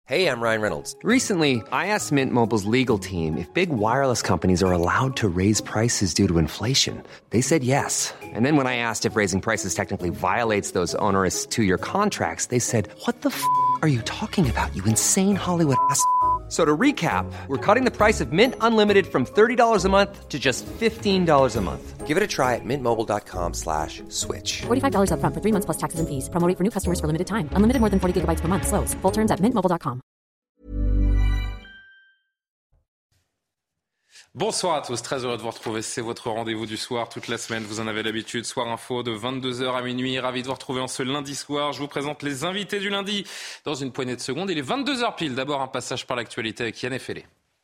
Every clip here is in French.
Hey, I'm Ryan Reynolds. Recently, I asked Mint Mobile's legal team if big wireless companies are allowed to raise prices due to inflation. They said yes. And then when I asked if raising prices technically violates those onerous two-year contracts, they said, "What the f*** are you talking about, you insane Hollywood ass?" So to recap, we're cutting the price of Mint Unlimited from $30 a month to just $15 a month. Give it a try at mintmobile.com/switch. $45 up front for 3 months plus taxes and fees. Promo rate for new customers for limited time. Unlimited more than 40 gigabytes per month. Slows full terms at mintmobile.com. Bonsoir à tous, très heureux de vous retrouver. C'est votre rendez-vous du soir toute la semaine. Vous en avez l'habitude. Soir Info de 22h à minuit. Ravi de vous retrouver en ce lundi soir. Je vous présente les invités du lundi dans une poignée de secondes. Il est 22h pile. D'abord un passage par l'actualité avec Yann Effelé.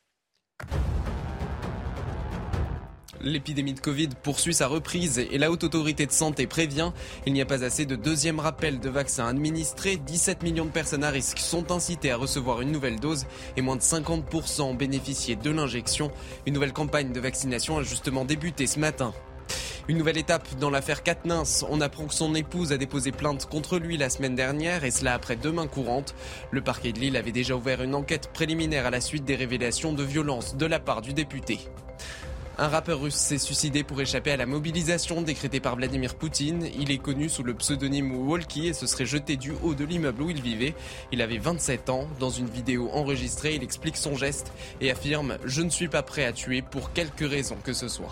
L'épidémie de Covid poursuit sa reprise et la Haute Autorité de Santé prévient. Il n'y a pas assez de deuxième rappel de vaccins administrés. 17 millions de personnes à risque sont incitées à recevoir une nouvelle dose et moins de 50% ont bénéficié de l'injection. Une nouvelle campagne de vaccination a justement débuté ce matin. Une nouvelle étape dans l'affaire Quatennens. On apprend que son épouse a déposé plainte contre lui la semaine dernière et cela après 2 mains courantes. Le parquet de Lille avait déjà ouvert une enquête préliminaire à la suite des révélations de violence de la part du député. Un rappeur russe s'est suicidé pour échapper à la mobilisation décrétée par Vladimir Poutine. Il est connu sous le pseudonyme Walkie et se serait jeté du haut de l'immeuble où il vivait. Il avait 27 ans. Dans une vidéo enregistrée, il explique son geste et affirme « Je ne suis pas prêt à tuer pour quelque raison que ce soit ».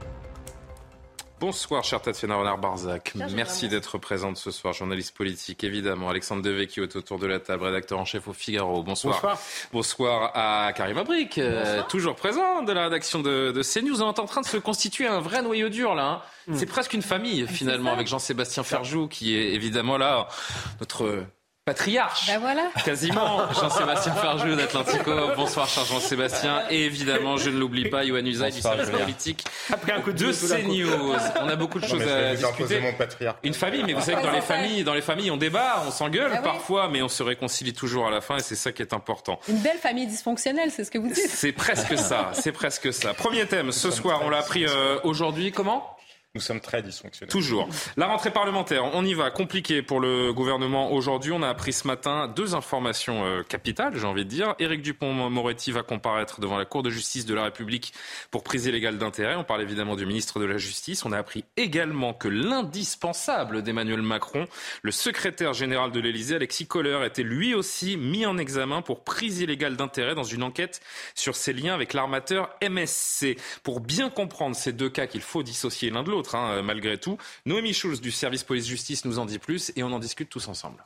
Bonsoir, chère Tatiana Renard-Barzac. Merci d'être présente ce soir. Journaliste politique, évidemment. Alexandre Devecchio est autour de la table, rédacteur en chef au Figaro. Bonsoir. Bonsoir à Karim Abrik, toujours présent de la rédaction de CNews. On est en train de se constituer un vrai noyau dur, là. C'est presque une famille, finalement, avec Jean-Sébastien Ferjou, qui est évidemment là, notre patriarche, voilà. Quasiment, Jean-Sébastien Ferjou d'Atlantico. Bonsoir, cher Jean-Sébastien. Et évidemment, je ne l'oublie pas, Yohann Usaï du service politique de CNews. On a beaucoup de choses à discuter. Une famille, mais vous savez que dans les familles, on débat, on s'engueule parfois, mais on se réconcilie toujours à la fin et c'est ça qui est important. Une belle famille dysfonctionnelle, c'est ce que vous dites. C'est presque ça, Premier thème, ce soir, on l'a appris aujourd'hui, comment ? Nous sommes très dysfonctionnels. Toujours. La rentrée parlementaire, on y va. Compliqué pour le gouvernement aujourd'hui. On a appris ce matin 2 informations capitales, j'ai envie de dire. Éric Dupond-Moretti va comparaître devant la Cour de justice de la République pour prise illégale d'intérêt. On parle évidemment du ministre de la Justice. On a appris également que l'indispensable d'Emmanuel Macron, le secrétaire général de l'Élysée, Alexis Kohler, était lui aussi mis en examen pour prise illégale d'intérêt dans une enquête sur ses liens avec l'armateur MSC. Pour bien comprendre ces 2 cas qu'il faut dissocier l'un de l'autre, malgré tout. Noémie Schulz du service police-justice nous en dit plus et on en discute tous ensemble.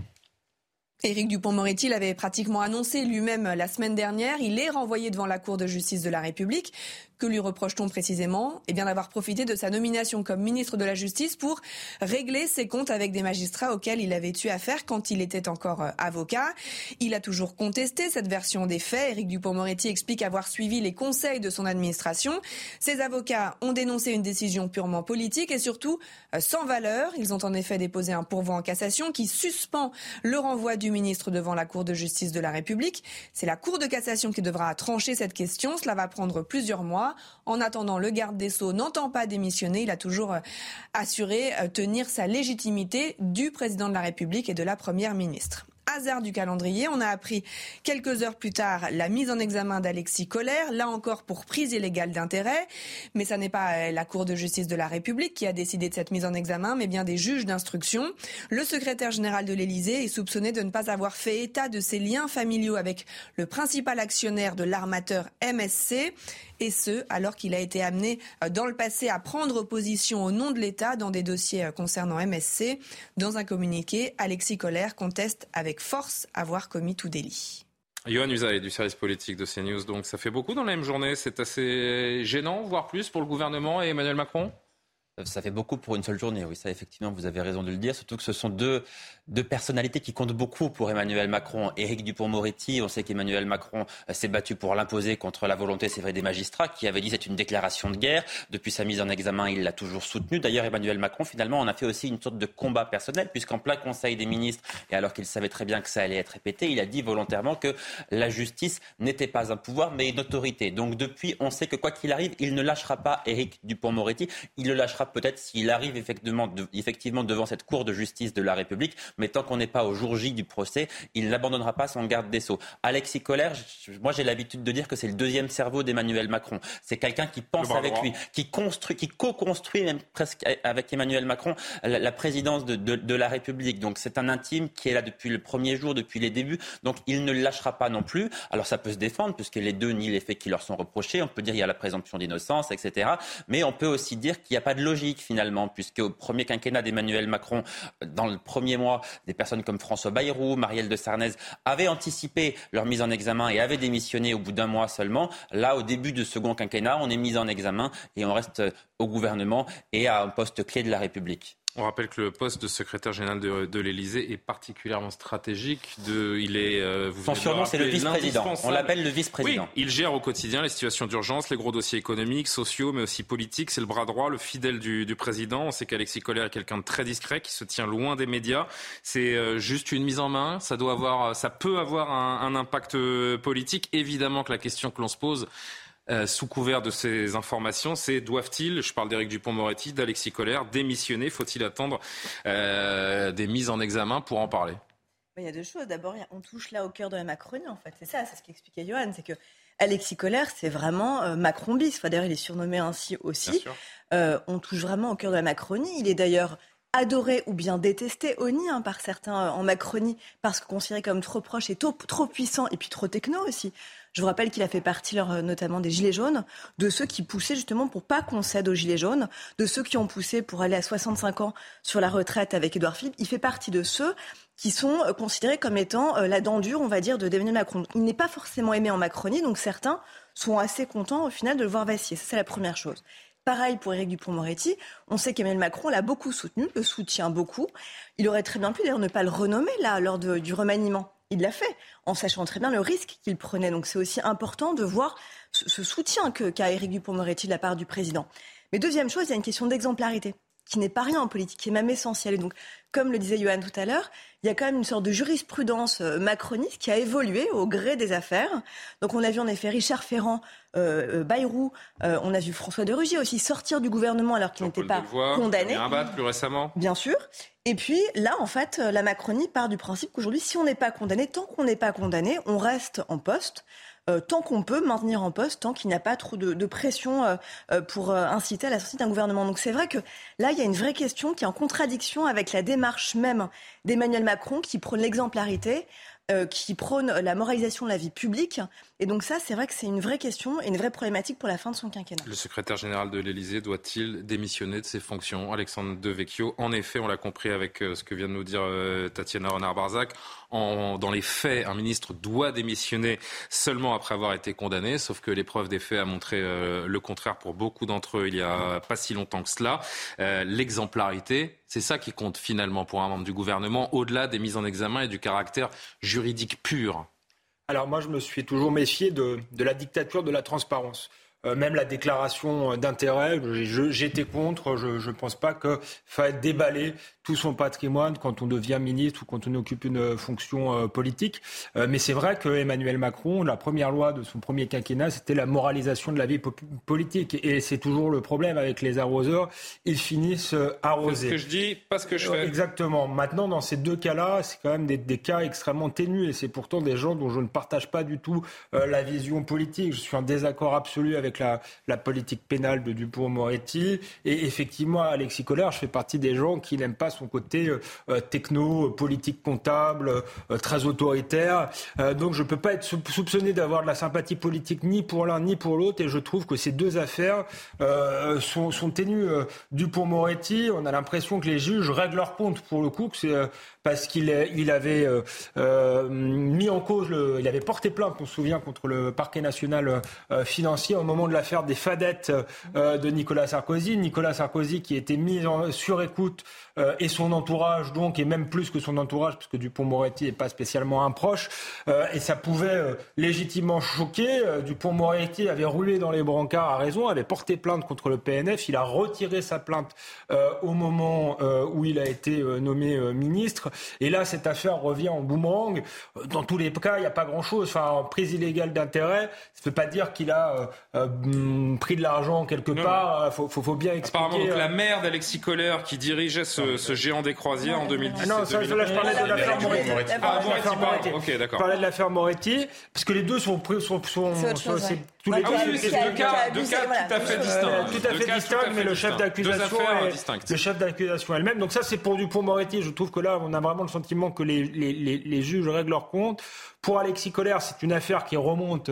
Éric Dupond-Moretti l'avait pratiquement annoncé lui-même la semaine dernière. Il est renvoyé devant la Cour de justice de la République. Que lui reproche-t-on précisément ? Eh bien d'avoir profité de sa nomination comme ministre de la Justice pour régler ses comptes avec des magistrats auxquels il avait eu affaire quand il était encore avocat. Il a toujours contesté cette version des faits. Éric Dupond-Moretti explique avoir suivi les conseils de son administration. Ses avocats ont dénoncé une décision purement politique et surtout sans valeur. Ils ont en effet déposé un pourvoi en cassation qui suspend le renvoi du ministre devant la Cour de justice de la République. C'est la Cour de cassation qui devra trancher cette question. Cela va prendre plusieurs mois. En attendant, le garde des Sceaux n'entend pas démissionner. Il a toujours assuré tenir sa légitimité du président de la République et de la première ministre. Hasard du calendrier, on a appris quelques heures plus tard la mise en examen d'Alexis Kohler, là encore pour prise illégale d'intérêt. Mais ça n'est pas la Cour de justice de la République qui a décidé de cette mise en examen, mais bien des juges d'instruction. Le secrétaire général de l'Élysée est soupçonné de ne pas avoir fait état de ses liens familiaux avec le principal actionnaire de l'armateur MSC. Et ce, alors qu'il a été amené dans le passé à prendre position au nom de l'État dans des dossiers concernant MSC. Dans un communiqué, Alexis Kohler conteste avec force avoir commis tout délit. Yohann Usaï du service politique de CNews. Donc ça fait beaucoup dans la même journée. C'est assez gênant, voire plus, pour le gouvernement et Emmanuel Macron ? Ça fait beaucoup pour une seule journée, oui, ça effectivement, vous avez raison de le dire, surtout que ce sont deux personnalités qui comptent beaucoup pour Emmanuel Macron. Éric Dupond-Moretti, on sait qu'Emmanuel Macron s'est battu pour l'imposer contre la volonté, c'est vrai, des magistrats, qui avaient dit c'est une déclaration de guerre. Depuis sa mise en examen, il l'a toujours soutenu. D'ailleurs, Emmanuel Macron, finalement, en a fait aussi une sorte de combat personnel, puisqu'en plein Conseil des ministres, et alors qu'il savait très bien que ça allait être répété, il a dit volontairement que la justice n'était pas un pouvoir, mais une autorité. Donc depuis, on sait que quoi qu'il arrive, il ne lâchera pas Éric Dupond-Moretti, il ne lâchera peut-être s'il arrive effectivement devant cette Cour de justice de la République, mais tant qu'on n'est pas au jour J du procès, il n'abandonnera pas son garde des Sceaux. Alexis Kohler, moi j'ai l'habitude de dire que c'est le deuxième cerveau d'Emmanuel Macron. C'est quelqu'un qui pense avec lui, qui co-construit même presque avec Emmanuel Macron la présidence de la République. Donc c'est un intime qui est là depuis le premier jour, depuis les débuts. Donc il ne le lâchera pas non plus. Alors ça peut se défendre puisque les deux nient les faits qui leur sont reprochés. On peut dire qu'il y a la présomption d'innocence, etc. Mais on peut aussi dire qu'il n'y a pas de logique finalement, puisque au premier quinquennat d'Emmanuel Macron, dans le premier mois, des personnes comme François Bayrou, Marielle de Sarnez avaient anticipé leur mise en examen et avaient démissionné au bout d'un mois seulement. Là, au début du second quinquennat, on est mis en examen et on reste au gouvernement et à un poste clé de la République. On rappelle que le poste de secrétaire général de l'Élysée est particulièrement stratégique. Son surnom, c'est le vice-président. On l'appelle le vice-président. Oui, il gère au quotidien les situations d'urgence, les gros dossiers économiques, sociaux, mais aussi politiques. C'est le bras droit, le fidèle du président. On sait qu'Alexis Kohler est quelqu'un de très discret, qui se tient loin des médias. C'est juste une mise en main. Ça peut avoir un impact politique. Évidemment que la question que l'on se pose, sous couvert de ces informations, c'est doivent-ils, je parle d'Éric Dupond-Moretti, d'Alexis Kohler, démissionner? Faut-il attendre des mises en examen pour en parler? Il y a deux choses. D'abord, on touche là au cœur de la Macronie, en fait. C'est ce qu'expliquait Johan, c'est que Alexis Kohler, c'est vraiment Macron bis. D'ailleurs, il est surnommé ainsi aussi. On touche vraiment au cœur de la Macronie. Il est d'ailleurs adoré ou bien détesté, honni par certains en Macronie, parce que considéré comme trop proche et trop puissant, et puis trop techno aussi. Je vous rappelle qu'il a fait partie notamment des Gilets jaunes, de ceux qui poussaient justement pour pas qu'on cède aux Gilets jaunes, de ceux qui ont poussé pour aller à 65 ans sur la retraite avec Édouard Philippe. Il fait partie de ceux qui sont considérés comme étant la dent dure, on va dire, d'Emmanuel Macron. Il n'est pas forcément aimé en Macronie, donc certains sont assez contents au final de le voir vaciller. Ça, c'est la première chose. Pareil pour Éric Dupond-Moretti, on sait qu'Emmanuel Macron l'a beaucoup soutenu, le soutient beaucoup. Il aurait très bien pu d'ailleurs ne pas le renommer là lors du remaniement. Il l'a fait, en sachant très bien le risque qu'il prenait. Donc c'est aussi important de voir ce soutien qu'a Éric Dupond-Moretti de la part du président. Mais deuxième chose, il y a une question d'exemplarité, qui n'est pas rien en politique, qui est même essentielle. Et donc, comme le disait Johan tout à l'heure, il y a quand même une sorte de jurisprudence macroniste qui a évolué au gré des affaires. Donc on a vu en effet Richard Ferrand, Bayrou, on a vu François de Rugy aussi sortir du gouvernement alors qu'il n'était pas condamné. Plus récemment. Bien sûr. Et puis là, en fait, la Macronie part du principe qu'aujourd'hui, si on n'est pas condamné, tant qu'on n'est pas condamné, on reste en poste. Tant qu'on peut maintenir en poste, tant qu'il n'y a pas trop de pression pour inciter à la sortie d'un gouvernement. Donc c'est vrai que là, il y a une vraie question qui est en contradiction avec la démarche même d'Emmanuel Macron qui prône l'exemplarité, qui prône la moralisation de la vie publique. Et donc ça, c'est vrai que c'est une vraie question et une vraie problématique pour la fin de son quinquennat. Le secrétaire général de l'Élysée doit-il démissionner de ses fonctions? Alexandre Devecchio, en effet, on l'a compris avec ce que vient de nous dire Tatiana Renard-Barzac, dans les faits, un ministre doit démissionner seulement après avoir été condamné, sauf que l'épreuve des faits a montré le contraire pour beaucoup d'entre eux il n'y a pas si longtemps que cela. L'exemplarité, c'est ça qui compte finalement pour un membre du gouvernement, au-delà des mises en examen et du caractère juridique pur. Alors moi, je me suis toujours méfié de la dictature de la transparence. Même la déclaration d'intérêt, j'étais contre. Je ne pense pas qu'il faille déballer tout son patrimoine quand on devient ministre ou quand on occupe une fonction politique. Mais c'est vrai que Emmanuel Macron, la première loi de son premier quinquennat, c'était la moralisation de la vie politique. Et c'est toujours le problème avec les arroseurs. Ils finissent arrosés. C'est ce que je dis, pas ce que je fais. Exactement. Maintenant, dans ces deux cas-là, c'est quand même des cas extrêmement ténus. Et c'est pourtant des gens dont je ne partage pas du tout la vision politique. Je suis en désaccord absolu avec la politique pénale de Dupond-Moretti. Et effectivement, Alexis Kohler, je fais partie des gens qui n'aiment pas son côté techno, politique comptable, très autoritaire. Donc je ne peux pas être soupçonné d'avoir de la sympathie politique ni pour l'un ni pour l'autre. Et je trouve que ces deux affaires sont ténues. Dupond-Moretti, on a l'impression que les juges règlent leur compte pour le coup, que c'est parce qu'il avait mis en cause, il avait porté plainte, on se souvient, contre le parquet national financier au moment de l'affaire des fadettes de Nicolas Sarkozy. Nicolas Sarkozy qui était mis sur écoute et son entourage, donc, et même plus que son entourage, parce que Dupond-Moretti n'est pas spécialement un proche, et ça pouvait légitimement choquer. Dupond-Moretti avait roulé dans les brancards à raison, avait porté plainte contre le PNF, il a retiré sa plainte au moment où il a été nommé ministre, et là cette affaire revient en boomerang. Dans tous les cas, il n'y a pas grand-chose, en prise illégale d'intérêt, ça ne veut pas dire qu'il a pris de l'argent quelque part. Faut bien expliquer. Apparemment, donc, la mère d'Alexis Kohler qui dirigeait ce géant des croisières en 2010. Non, ça, là, je parlais de l'affaire Moretti. Ok, d'accord. Je parlais de l'affaire Moretti, parce que les deux sont tous les deux. C'est deux cas tout à fait distincts. Tout à fait distincts, mais le chef d'accusation elle-même. Donc ça, c'est pour Dupond-Moretti. Je trouve que là, on a vraiment le sentiment que les juges règlent leur compte. Pour Alexis Kohler, c'est une affaire qui remonte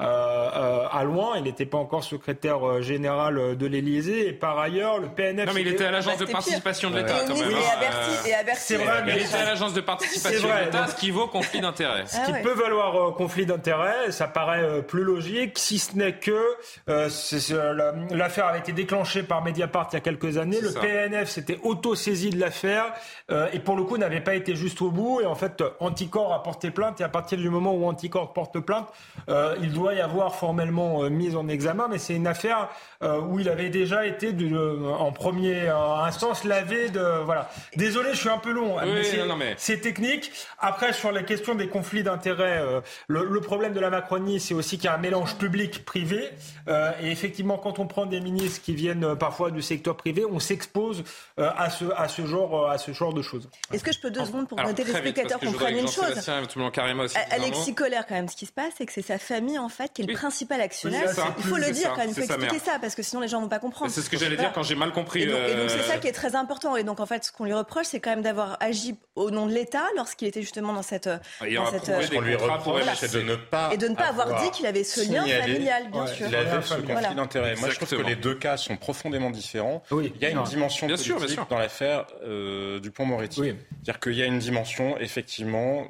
à loin. Il n'était pas encore secrétaire général de l'Élysée. Et par ailleurs, le PNF... Non, mais il était à l'agence de participation de l'État, quand même. C'est vrai, mais il était à l'agence de participation de l'État, ce qui vaut conflit d'intérêts. Ce qui peut valoir conflit d'intérêts, ça paraît plus logique, si ce n'est que l'affaire avait été déclenchée par Mediapart il y a quelques années. Le PNF s'était auto-saisi de l'affaire et pour le coup n'avait pas été juste au bout. Et en fait, Anticor a porté plainte et à partir du moment où Anticor porte plainte, il doit y avoir formellement mise en examen. Mais c'est une affaire où il avait déjà été en première instance lavé de... Voilà. Désolé, je suis un peu long, mais c'est technique. Après, sur la question des conflits d'intérêts, le problème de la Macronie, c'est aussi qu'il y a un mélange public-privé. Et effectivement, quand on prend des ministres qui viennent parfois du secteur privé, on s'expose à ce genre de choses. Est-ce que je peux 2 secondes pour que nos téléspectateurs comprennent une chose? Alexis Kohler, quand même, ce qui se passe, c'est que c'est sa famille, en fait, qui est le principal actionnaire. Il faut le dire quand même, il faut expliquer ça, parce que sinon les gens ne vont pas comprendre. C'est ce que j'allais dire quand j'ai mal compris. Et donc c'est ça qui est très important. Et donc en fait, ce qu'on lui reproche, c'est quand même d'avoir agi au nom de l'État lorsqu'il était justement dans cette... Ce qu'on lui reproche, c'est de ne pas... Et de ne pas avoir dit qu'il avait ce lien familial, bien sûr. Il avait ce conflit d'intérêts. Moi, je trouve que les deux cas sont profondément différents. Il y a une dimension politique dans l'affaire Dupond-Moretti. C'est-à-dire qu'il y a une dimension, effectivement,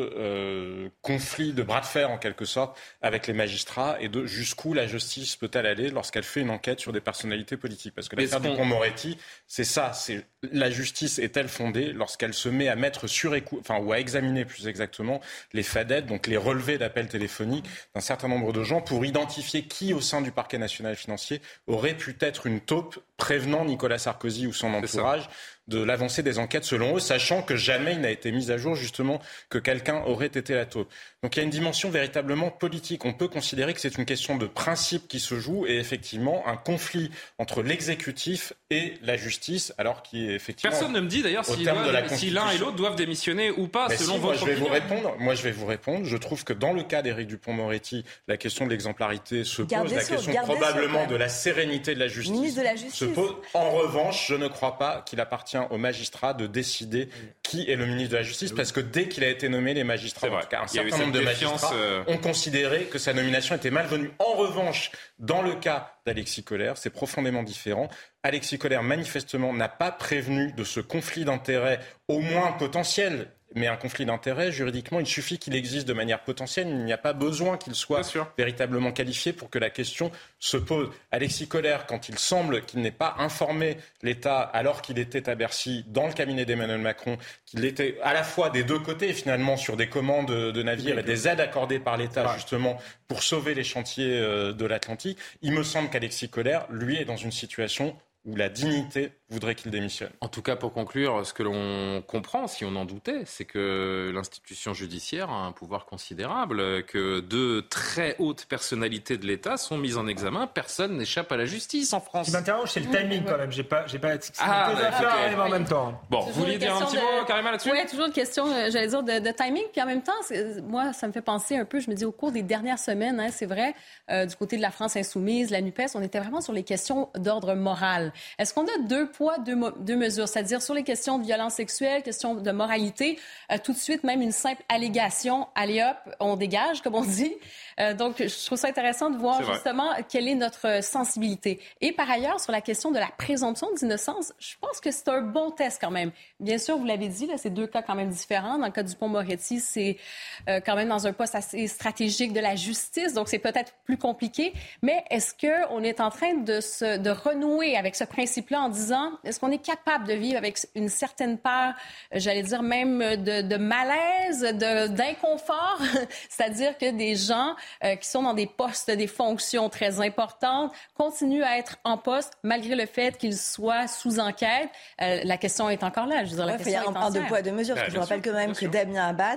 de conflit, de bras de fer, en quelque sorte, avec les magistrats et de jusqu'où la justice peut-elle aller lorsqu'elle fait une enquête sur des personnalités politiques. Parce que l'affaire Dupond-Moretti, c'est ça. C'est la justice est-elle fondée lorsqu'elle se met à mettre ou à examiner plus exactement les fadettes, donc les relevés d'appels téléphoniques d'un certain nombre de gens pour identifier qui au sein du parquet national financier aurait pu être une taupe prévenant Nicolas Sarkozy ou son entourage de l'avancée des enquêtes selon eux, sachant que jamais il n'a été mis à jour justement que quelqu'un aurait été la taupe. Donc il y a une dimension véritablement politique. On peut considérer que c'est une question de principe qui se joue et effectivement un conflit entre l'exécutif et la justice, alors qui est effectivement... Personne ne me dit d'ailleurs si l'un et l'autre doivent démissionner ou pas, selon votre opinion. Moi je vais vous répondre. Je trouve que dans le cas d'Éric Dupond-Moretti, la question de l'exemplarité se pose, la question probablement de la sérénité de la justice se pose. En revanche, je ne crois pas qu'il appartient aux magistrats de décider qui est le ministre de la Justice, parce que dès qu'il a été nommé, les magistrats, en tout cas un certain nombre de magistrats, ont considéré que sa nomination était malvenue. En revanche, dans le cas d'Alexis Kohler, c'est profondément différent. Alexis Kohler, manifestement, n'a pas prévenu de ce conflit d'intérêts, au moins potentiel. Mais un conflit d'intérêts, juridiquement, il suffit qu'il existe de manière potentielle. Il n'y a pas besoin qu'il soit véritablement qualifié pour que la question se pose. Alexis Kohler, quand il semble qu'il n'ait pas informé l'État alors qu'il était à Bercy, dans le cabinet d'Emmanuel Macron, qu'il était à la fois des deux côtés, finalement, sur des commandes de navires et des aides accordées par l'État, justement, pour sauver les chantiers de l'Atlantique, il me semble qu'Alexis Kohler, lui, est dans une situation où la dignité voudrait qu'il démissionne. En tout cas, pour conclure, ce que l'on comprend, si on en doutait, c'est que l'institution judiciaire a un pouvoir considérable, que de très hautes personnalités de l'État sont mises en examen. Personne n'échappe à la justice en France. Ce qui m'interroge, c'est le timing quand même. J'ai pas deux affaires arrivent en même temps. Bon, vous vouliez dire un petit mot, Karima, là-dessus? Oui, toujours une question, j'allais dire, de timing. Puis en même temps, moi, ça me fait penser un peu, je me dis, au cours des dernières semaines, c'est vrai, du côté de la France insoumise, la NUPES, on était vraiment sur les questions d'ordre moral. Est-ce qu'on a 2 poids, 2 mesures? C'est-à-dire sur les questions de violence sexuelle, questions de moralité, tout de suite, même une simple allégation, allez hop, on dégage, comme on dit. Donc, je trouve ça intéressant de voir justement quelle est notre sensibilité. Et par ailleurs, sur la question de la présomption d'innocence, je pense que c'est un bon test quand même. Bien sûr, vous l'avez dit, là, c'est 2 cas quand même différents. Dans le cas du Dupond-Moretti, c'est quand même dans un poste assez stratégique de la justice, donc c'est peut-être plus compliqué. Mais est-ce qu'on est en train de renouer avec ce principe-là en disant, est-ce qu'on est capable de vivre avec une certaine part, j'allais dire même de malaise, d'inconfort, c'est-à-dire que des gens qui sont dans des postes, des fonctions très importantes, continuent à être en poste malgré le fait qu'ils soient sous enquête. La question est encore là. Je veux dire, la question est entière. Il y a un 2 poids, 2 mesures. Parce que je rappelle quand même que Damien Abad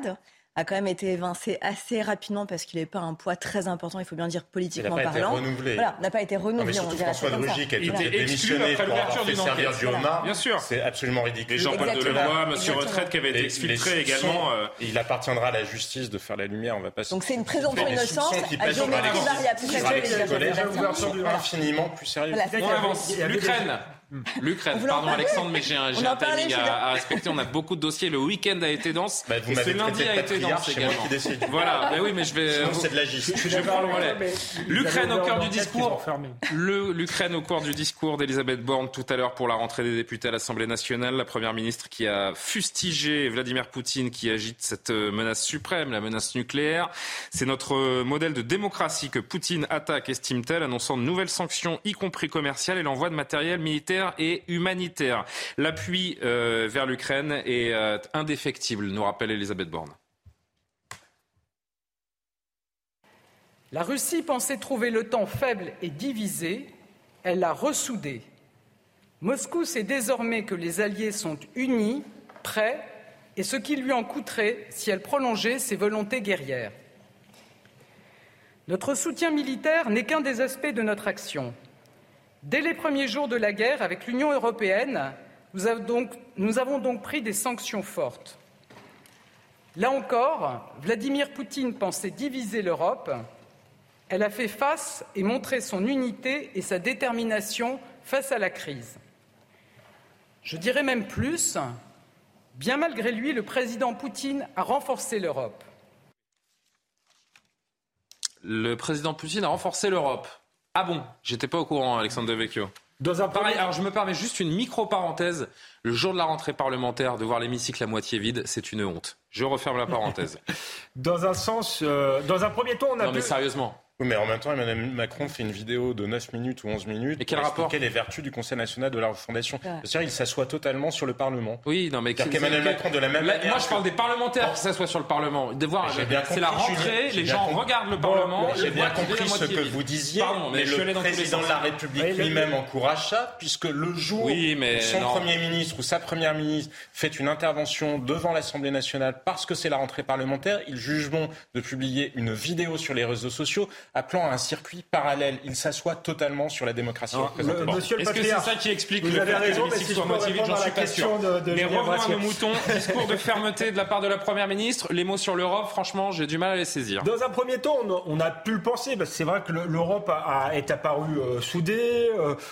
a quand même été évincé assez rapidement parce qu'il n'avait pas un poids très important, il faut bien dire politiquement parlant. Il n'a pas été renouvelé. Voilà, n'a pas été renouvelé. Surtout François de Rugy qui a été démissionné pour avoir fait servir Guillaume. Bien sûr. C'est absolument ridicule. Et Jean-Paul Delevoye, Monsieur Retraite, qui avait été exfiltré également. Il appartiendra à la justice de faire la lumière. On va pas. Donc c'est une présomption d'innocence à géométrie variable. Infiniment plus sérieux. On avance. L'Ukraine, pardon Alexandre, mais j'ai un timing à respecter. On a beaucoup de dossiers. Le week-end a été dense. Et ce lundi a été dense également. Voilà, oui, mais je vais. C'est de la giste. Je parle au relais. L'Ukraine au cœur du discours. L'Ukraine au cœur du discours d'Elisabeth Borne tout à l'heure pour la rentrée des députés à l'Assemblée nationale. La première ministre qui a fustigé Vladimir Poutine qui agite cette menace suprême, la menace nucléaire. C'est notre modèle de démocratie que Poutine attaque, estime-t-elle, annonçant de nouvelles sanctions, y compris commerciales, et l'envoi de matériel militaire et humanitaire. L'appui vers l'Ukraine est indéfectible, nous rappelle Elisabeth Borne. La Russie pensait trouver l'OTAN faible et divisée, elle l'a ressoudée. Moscou sait désormais que les alliés sont unis, prêts, et ce qui lui en coûterait si elle prolongeait ses volontés guerrières. Notre soutien militaire n'est qu'un des aspects de notre action. Dès les premiers jours de la guerre avec l'Union européenne, nous avons donc pris des sanctions fortes. Là encore, Vladimir Poutine pensait diviser l'Europe. Elle a fait face et montré son unité et sa détermination face à la crise. Je dirais même plus, bien malgré lui, le président Poutine a renforcé l'Europe. Le président Poutine a renforcé l'Europe. Ah bon, j'étais pas au courant, Alexandre Devecchio. Pareil, alors je me permets juste une micro-parenthèse. Le jour de la rentrée parlementaire, de voir l'hémicycle à moitié vide, c'est une honte. Je referme la parenthèse. Dans un premier temps, on a... Non mais sérieusement. Oui, mais en même temps, Emmanuel Macron fait une vidéo de 9 minutes ou 11 minutes et quel rapport expliquer les vertus du Conseil national de la refondation. C'est-à-dire, il s'assoit totalement sur le Parlement. Oui, non, mais qu'Emmanuel Macron, de la même manière. Moi, je parle des parlementaires qui s'assoient sur le Parlement. De voir, c'est la rentrée, les gens regardent le Parlement. J'ai bien compris ce que vous disiez, mais le président de la République lui-même encourage ça, puisque le jour où son Premier ministre ou sa Première ministre fait une intervention devant l'Assemblée nationale parce que c'est la rentrée parlementaire, il juge bon de publier une vidéo sur les réseaux sociaux appelant à un circuit parallèle. Il s'assoit totalement sur la démocratie représentative. Est-ce que c'est ça qui explique le fait que l'hémicycle soit motivé ? J'en suis pas sûr. Mais revenons à nos moutons. Discours de fermeté de la part de la Première ministre. Les mots sur l'Europe, franchement, j'ai du mal à les saisir. Dans un premier temps, on a pu le penser. Parce que c'est vrai que l'Europe est apparue soudée,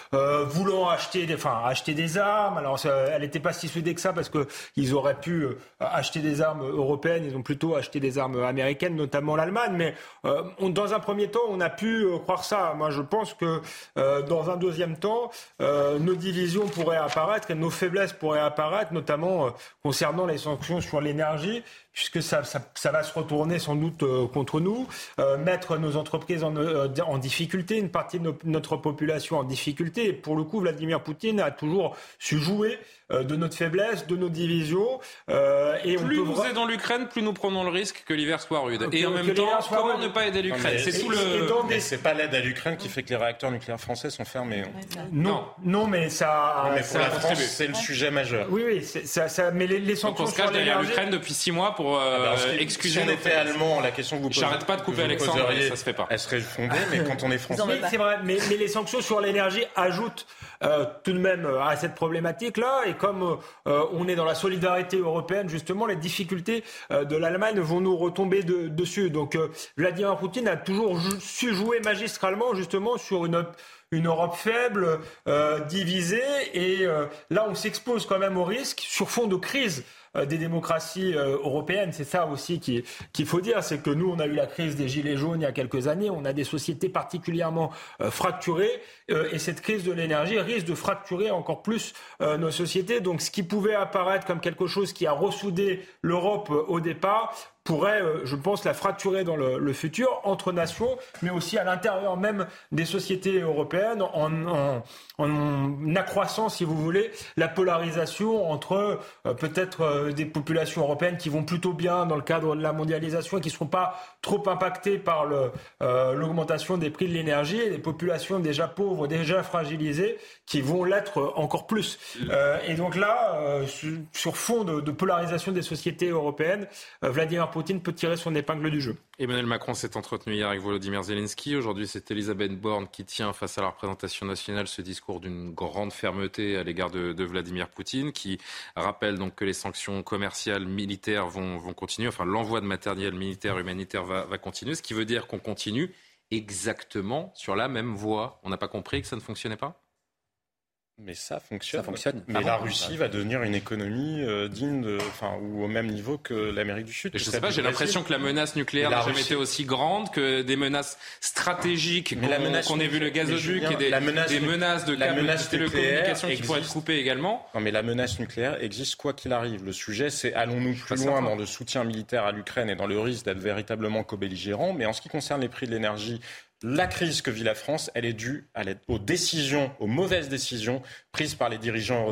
voulant acheter des armes. Alors, elle n'était pas si soudée que ça parce qu'ils auraient pu acheter des armes européennes. Ils ont plutôt acheté des armes américaines, notamment l'Allemagne. Mais dans un premier temps, on a pu croire ça. Moi, je pense que dans un deuxième temps, nos divisions pourraient apparaître et nos faiblesses pourraient apparaître, notamment concernant les sanctions sur l'énergie, puisque ça va se retourner sans doute contre nous, mettre nos entreprises en difficulté, une partie de notre population en difficulté. Et pour le coup, Vladimir Poutine a toujours su jouer de notre faiblesse, de nos divisions. Plus nous aidons l'Ukraine, plus nous prenons le risque que l'hiver soit rude. Et en même temps, comment ne pas aider l'Ukraine ? Mais c'est pas l'aide à l'Ukraine qui fait que les réacteurs nucléaires français sont fermés. Non, mais ça... Mais pour la France, c'est le sujet majeur. Oui, mais les sanctions on se cache derrière l'Ukraine depuis 6 mois pour excuser... Si on était allemand, la question que vous posez... J'arrête pas de couper Alexandre, ça se fait pas. Elle serait fondée, mais quand on est français... Oui, c'est vrai, mais les sanctions sur l'énergie ajoutent tout de même à cette problématique-là. Et comme on est dans la solidarité européenne, justement, les difficultés de l'Allemagne vont nous retomber dessus. Donc Vladimir Poutine a toujours su jouer magistralement, justement, sur une Europe faible, divisée. Et là, on s'expose quand même au risque, sur fond de crise des démocraties européennes. C'est ça aussi qu'il faut dire, c'est que nous, on a eu la crise des Gilets jaunes il y a quelques années, on a des sociétés particulièrement fracturées, et cette crise de l'énergie risque de fracturer encore plus nos sociétés. Donc ce qui pouvait apparaître comme quelque chose qui a ressoudé l'Europe au départ, pourrait, je pense, la fracturer dans le futur, entre nations, mais aussi à l'intérieur même des sociétés européennes, en accroissant, si vous voulez, la polarisation entre peut-être des populations européennes qui vont plutôt bien dans le cadre de la mondialisation et qui ne seront pas trop impactées par l'augmentation des prix de l'énergie, et des populations déjà pauvres, déjà fragilisées, qui vont l'être encore plus. Et donc là, sur fond de polarisation des sociétés européennes, Vladimir Poutine Poutine peut tirer son épingle du jeu. Emmanuel Macron s'est entretenu hier avec Volodymyr Zelensky. Aujourd'hui, c'est Elisabeth Borne qui tient face à la représentation nationale ce discours d'une grande fermeté à l'égard de Vladimir Poutine, qui rappelle donc que les sanctions commerciales, militaires vont continuer. Enfin, l'envoi de matériel militaire, humanitaire va continuer. Ce qui veut dire qu'on continue exactement sur la même voie. On n'a pas compris que ça ne fonctionnait pas ? Mais ça fonctionne. Mais la Russie va devenir une économie digne ou au même niveau que l'Amérique du Sud. Je ne sais pas, j'ai l'impression que la menace nucléaire n'a jamais été aussi grande, que des menaces stratégiques, qu'on ait vu le gazoduc et des menaces de câbles de télécommunications qui pourraient être coupées également. Non, mais la menace nucléaire existe quoi qu'il arrive. Le sujet, c'est allons-nous plus loin dans le soutien militaire à l'Ukraine et dans le risque d'être véritablement co-belligérants. Mais en ce qui concerne les prix de l'énergie, la crise que vit la France, elle est due aux mauvaises décisions prises par les dirigeants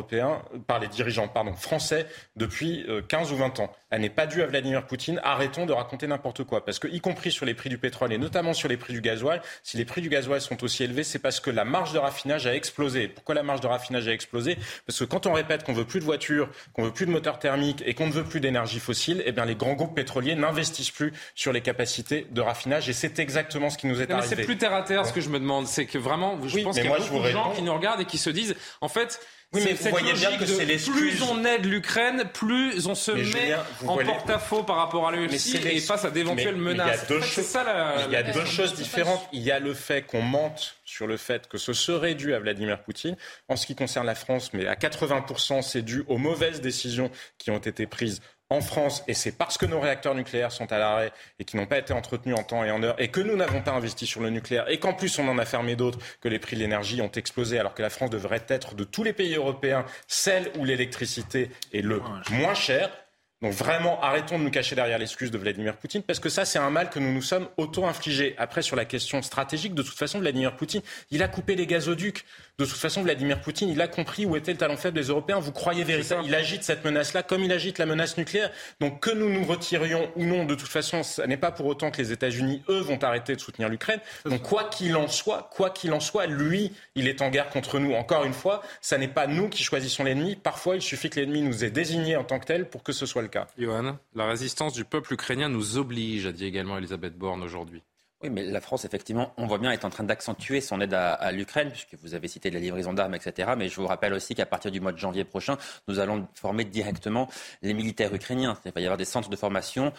français depuis 15 ou 20 ans. Elle n'est pas due à Vladimir Poutine. Arrêtons de raconter n'importe quoi. Parce que, y compris sur les prix du pétrole et notamment sur les prix du gasoil, si les prix du gasoil sont aussi élevés, c'est parce que la marge de raffinage a explosé. Pourquoi la marge de raffinage a explosé ? Parce que quand on répète qu'on veut plus de voitures, qu'on veut plus de moteurs thermiques et qu'on ne veut plus d'énergie fossile, eh bien les grands groupes pétroliers n'investissent plus sur les capacités de raffinage et c'est exactement ce qui nous est arrivé. C'est plus terre à terre ce que je me demande, c'est que vraiment, je pense qu'il y a beaucoup de gens qui nous regardent et qui se disent, en fait, oui, mais vous voyez bien que c'est l'excuse. Plus on aide l'Ukraine, plus on se met en porte-à-faux par rapport à la Russie et face à d'éventuelles menaces. Il y a deux choses différentes. Il y a le fait qu'on mente sur le fait que ce serait dû à Vladimir Poutine. En ce qui concerne la France, mais à 80%, c'est dû aux mauvaises décisions qui ont été prises en France, et c'est parce que nos réacteurs nucléaires sont à l'arrêt et qui n'ont pas été entretenus en temps et en heure, et que nous n'avons pas investi sur le nucléaire, et qu'en plus on en a fermé d'autres, que les prix de l'énergie ont explosé, alors que la France devrait être, de tous les pays européens, celle où l'électricité est le moins chère. Donc vraiment, arrêtons de nous cacher derrière l'excuse de Vladimir Poutine, parce que ça, c'est un mal que nous nous sommes auto-infligés. Après, sur la question stratégique, de toute façon, Vladimir Poutine, il a coupé les gazoducs. De toute façon, Vladimir Poutine, il a compris où était le talon faible des Européens. Vous croyez véritablement, il agite cette menace-là comme il agite la menace nucléaire. Donc que nous nous retirions ou non, de toute façon, ça n'est pas pour autant que les États-Unis, eux, vont arrêter de soutenir l'Ukraine. Donc quoi qu'il en soit, lui, il est en guerre contre nous. Encore une fois, ça n'est pas nous qui choisissons l'ennemi. Parfois, il suffit que l'ennemi nous ait désigné en tant que tel pour que ce soit le cas. Johan, la résistance du peuple ukrainien nous oblige, a dit également Elisabeth Borne aujourd'hui. Oui, mais la France, effectivement, on voit bien, est en train d'accentuer son aide à l'Ukraine, puisque vous avez cité la livraison d'armes, etc. Mais je vous rappelle aussi qu'à partir du mois de janvier prochain, nous allons former directement les militaires ukrainiens. Il va y avoir des centres de formation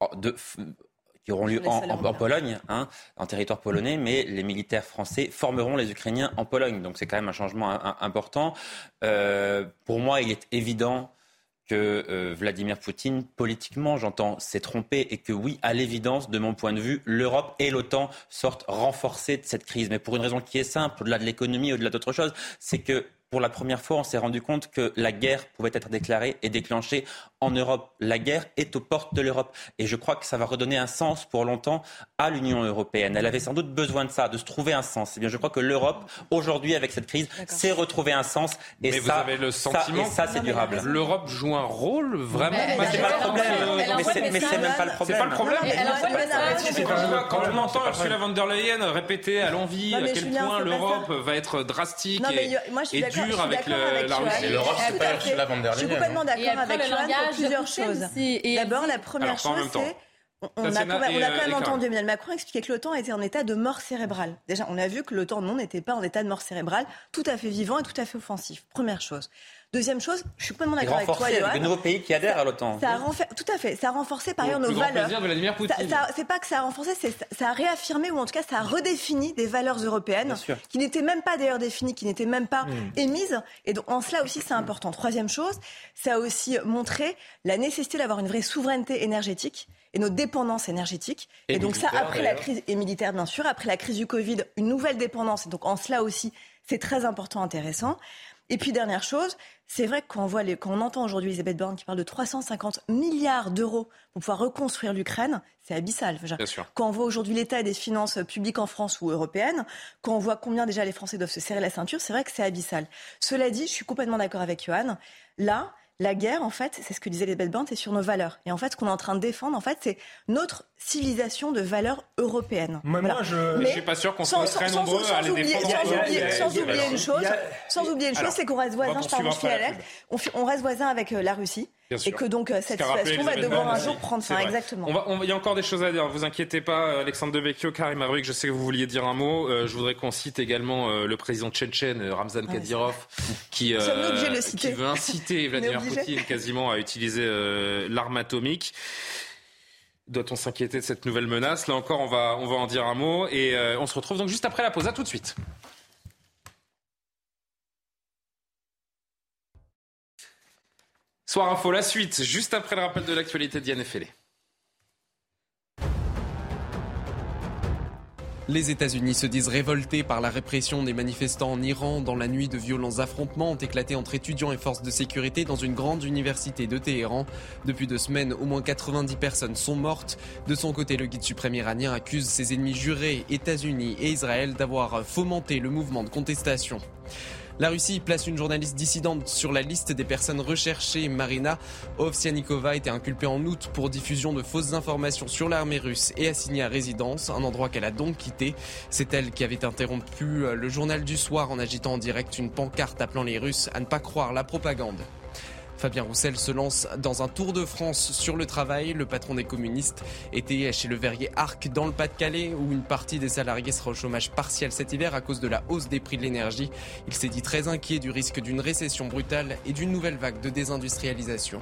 qui auront lieu en Pologne, en territoire polonais, mais les militaires français formeront les Ukrainiens en Pologne. Donc c'est quand même un changement important. Pour moi, il est évident que Vladimir Poutine, politiquement, j'entends, s'est trompé et que oui, à l'évidence, de mon point de vue, l'Europe et l'OTAN sortent renforcées de cette crise. Mais pour une raison qui est simple, au-delà de l'économie, au-delà d'autre chose, c'est que pour la première fois, on s'est rendu compte que la guerre pouvait être déclarée et déclenchée en Europe. La guerre est aux portes de l'Europe. Et je crois que ça va redonner un sens pour longtemps à l'Union européenne. Elle avait sans doute besoin de ça, de se trouver un sens. Eh bien, je crois que l'Europe, aujourd'hui, avec cette crise, s'est retrouvé un sens. Et mais ça, vous avez le sentiment ça, c'est durable. L'Europe joue un rôle vraiment. Mais c'est pas le problème. Mais c'est même pas le problème. C'est pas le problème. Quand on entend Ursula von der Leyen répéter à l'envi à quel point l'Europe va être drastique et dure avec la Russie. L'Europe, c'est pas Ursula von der Leyen. Je suis complètement d'accord avec Johan pour plusieurs choses. D'abord, la première chose, c'est on a quand même entendu Emmanuel Macron expliquer que l'OTAN était en état de mort cérébrale. Déjà, on a vu que l'OTAN n'était pas en état de mort cérébrale, tout à fait vivant et tout à fait offensif. Première chose. Deuxième chose, je suis complètement d'accord avec toi, Johan. Avec de nouveaux pays qui adhèrent à l'OTAN. Tout à fait. Ça a renforcé par ailleurs nos valeurs. C'est pas que ça a renforcé, ça a réaffirmé ou en tout cas ça a redéfini des valeurs européennes qui n'étaient même pas d'ailleurs définies, qui n'étaient même pas émises. Et donc en cela aussi c'est important. Troisième chose, ça a aussi montré la nécessité d'avoir une vraie souveraineté énergétique et notre dépendance énergétique. Et donc ça, après la crise, et militaire bien sûr, après la crise du Covid, une nouvelle dépendance. Et donc en cela aussi, c'est très important, intéressant. Et puis dernière chose, c'est vrai que quand on entend aujourd'hui Elisabeth Borne qui parle de 350 milliards d'euros pour pouvoir reconstruire l'Ukraine, c'est abyssal. Quand on voit aujourd'hui l'état des finances publiques en France ou européennes, quand on voit combien déjà les Français doivent se serrer la ceinture, c'est vrai que c'est abyssal. Cela dit, je suis complètement d'accord avec Johan. Là, la guerre, en fait, c'est ce que disait Elisabeth Borne, c'est sur nos valeurs. Et en fait, ce qu'on est en train de défendre, en fait, c'est notre civilisation de valeurs européennes. Moi, je suis pas sûr qu'on soit très nombreux à les défendre. Sans oublier une chose, c'est qu'on reste voisins. On reste voisins avec la Russie. Et que donc cette situation va devoir un jour prendre fin. Exactement. Il y a encore des choses à dire. Vous inquiétez pas, Alexandre Devecchio, Karim Abrik, je sais que vous vouliez dire un mot. Je voudrais qu'on cite également le président tchétchène, Ramzan Kadyrov, qui veut inciter Vladimir Poutine quasiment à utiliser l'arme atomique. Doit-on s'inquiéter de cette nouvelle menace ? Là encore, on va en dire un mot. Et on se retrouve donc juste après la pause. À tout de suite. Soir Info, la suite, juste après le rappel de l'actualité de Diane Effelé. Les États-Unis se disent révoltés par la répression des manifestants en Iran. Dans la nuit, de violents affrontements ont éclaté entre étudiants et forces de sécurité dans une grande université de Téhéran. Depuis 2 semaines, au moins 90 personnes sont mortes. De son côté, le guide suprême iranien accuse ses ennemis jurés, États-Unis et Israël, d'avoir fomenté le mouvement de contestation. La Russie place une journaliste dissidente sur la liste des personnes recherchées. Marina Ovsianikova a été inculpée en août pour diffusion de fausses informations sur l'armée russe et assignée à résidence, un endroit qu'elle a donc quitté. C'est elle qui avait interrompu le journal du soir en agitant en direct une pancarte appelant les Russes à ne pas croire la propagande. Fabien Roussel se lance dans un tour de France sur le travail. Le patron des communistes était chez le verrier Arc dans le Pas-de-Calais où une partie des salariés sera au chômage partiel cet hiver à cause de la hausse des prix de l'énergie. Il s'est dit très inquiet du risque d'une récession brutale et d'une nouvelle vague de désindustrialisation.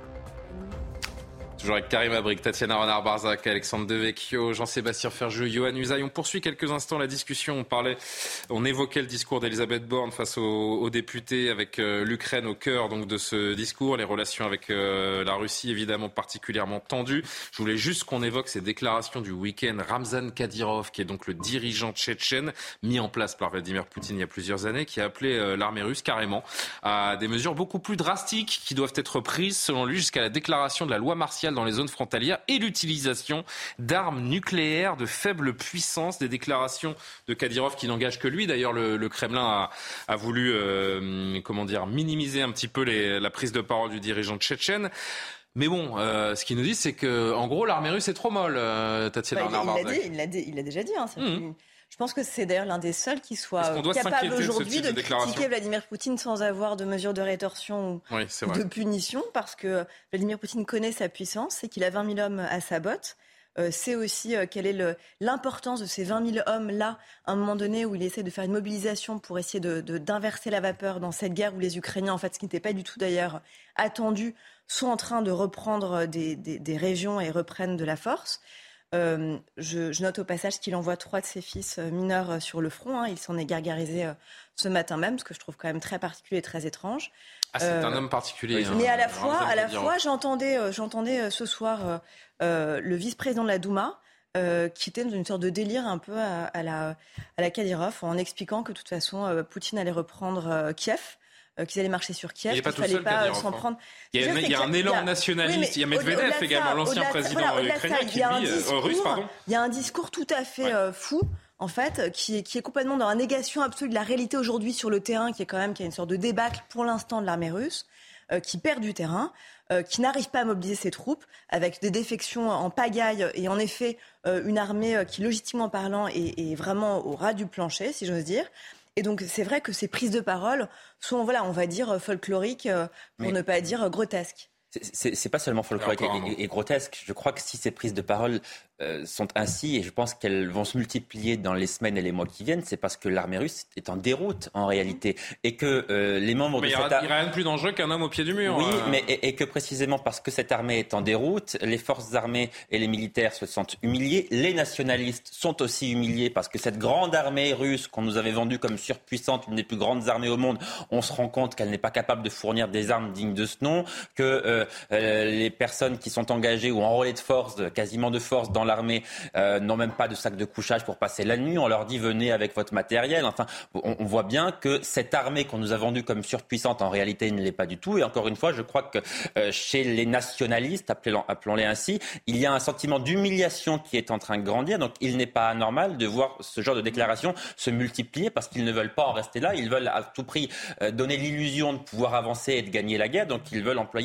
Toujours avec Karim Abrik, Tatiana Renard-Barzac, Alexandre Devecchio, Jean-Sébastien Ferjeux, Yohann Usaï. On poursuit quelques instants la discussion. On évoquait le discours d'Elisabeth Borne face aux députés avec l'Ukraine au cœur donc de ce discours. Les relations avec la Russie évidemment particulièrement tendues. Je voulais juste qu'on évoque ces déclarations du week-end. Ramzan Kadyrov, qui est donc le dirigeant tchétchène mis en place par Vladimir Poutine il y a plusieurs années, qui a appelé l'armée russe carrément à des mesures beaucoup plus drastiques qui doivent être prises selon lui jusqu'à la déclaration de la loi martiale dans les zones frontalières et l'utilisation d'armes nucléaires de faible puissance. Des déclarations de Kadyrov qui n'engagent que lui. D'ailleurs, le Kremlin a voulu minimiser un petit peu la prise de parole du dirigeant tchétchène. Mais bon, ce qu'il nous dit, c'est que en gros, l'armée russe est trop molle, Tatiana Renard-Barzac. Il l'a déjà dit. Je pense que c'est d'ailleurs l'un des seuls qui soit capable aujourd'hui de critiquer Vladimir Poutine sans avoir de mesures de rétorsion ou de punition, parce que Vladimir Poutine connaît sa puissance, c'est qu'il a 20 000 hommes à sa botte. C'est aussi quelle est l'importance de ces 20 000 hommes-là, à un moment donné où il essaie de faire une mobilisation pour essayer d'inverser la vapeur dans cette guerre où les Ukrainiens, en fait, ce qui n'était pas du tout d'ailleurs attendu, sont en train de reprendre des régions et reprennent de la force. Je note au passage qu'il envoie 3 de ses fils mineurs sur le front. Il s'en est gargarisé ce matin même, ce que je trouve quand même très particulier et très étrange. C'est un homme particulier. Mais à la fois, j'entendais ce soir le vice-président de la Douma qui était dans une sorte de délire un peu à la Kadyrov, en expliquant que de toute façon Poutine allait reprendre Kiev. Qu'ils allaient marcher sur Kiev, qu'il ne fallait pas s'en prendre. Il y a un élan nationaliste. Il y a Medvedev également, l'ancien président ukrainien, russe. Il y a un discours tout à fait fou, en fait, qui est complètement dans la négation absolue de la réalité aujourd'hui sur le terrain, qui a une sorte de débâcle pour l'instant de l'armée russe, qui perd du terrain, qui n'arrive pas à mobiliser ses troupes, avec des défections en pagaille et en effet une armée qui, logistiquement parlant, est vraiment au ras du plancher, si j'ose dire. Et donc, c'est vrai que ces prises de parole sont, on va dire, folkloriques, pour ne pas dire grotesques. C'est pas seulement folklorique et grotesque. Je crois que si ces prises de parole sont ainsi, et je pense qu'elles vont se multiplier dans les semaines et les mois qui viennent, c'est parce que l'armée russe est en déroute en réalité, et que les membres de cette armée... Il n'y a rien de plus dangereux qu'un homme au pied du mur. Oui, mais et que précisément parce que cette armée est en déroute, les forces armées et les militaires se sentent humiliés, les nationalistes sont aussi humiliés parce que cette grande armée russe qu'on nous avait vendue comme surpuissante, une des plus grandes armées au monde, on se rend compte qu'elle n'est pas capable de fournir des armes dignes de ce nom, que les personnes qui sont engagées ou enrôlées de force, quasiment de force dans l'armée, n'ont même pas de sac de couchage pour passer la nuit. On leur dit venez avec votre matériel. Enfin, on voit bien que cette armée qu'on nous a vendue comme surpuissante, en réalité, ne l'est pas du tout. Et encore une fois, je crois que chez les nationalistes, appelons-les ainsi, il y a un sentiment d'humiliation qui est en train de grandir. Donc, il n'est pas anormal de voir ce genre de déclaration se multiplier parce qu'ils ne veulent pas en rester là. Ils veulent à tout prix donner l'illusion de pouvoir avancer et de gagner la guerre. Donc, ils veulent employer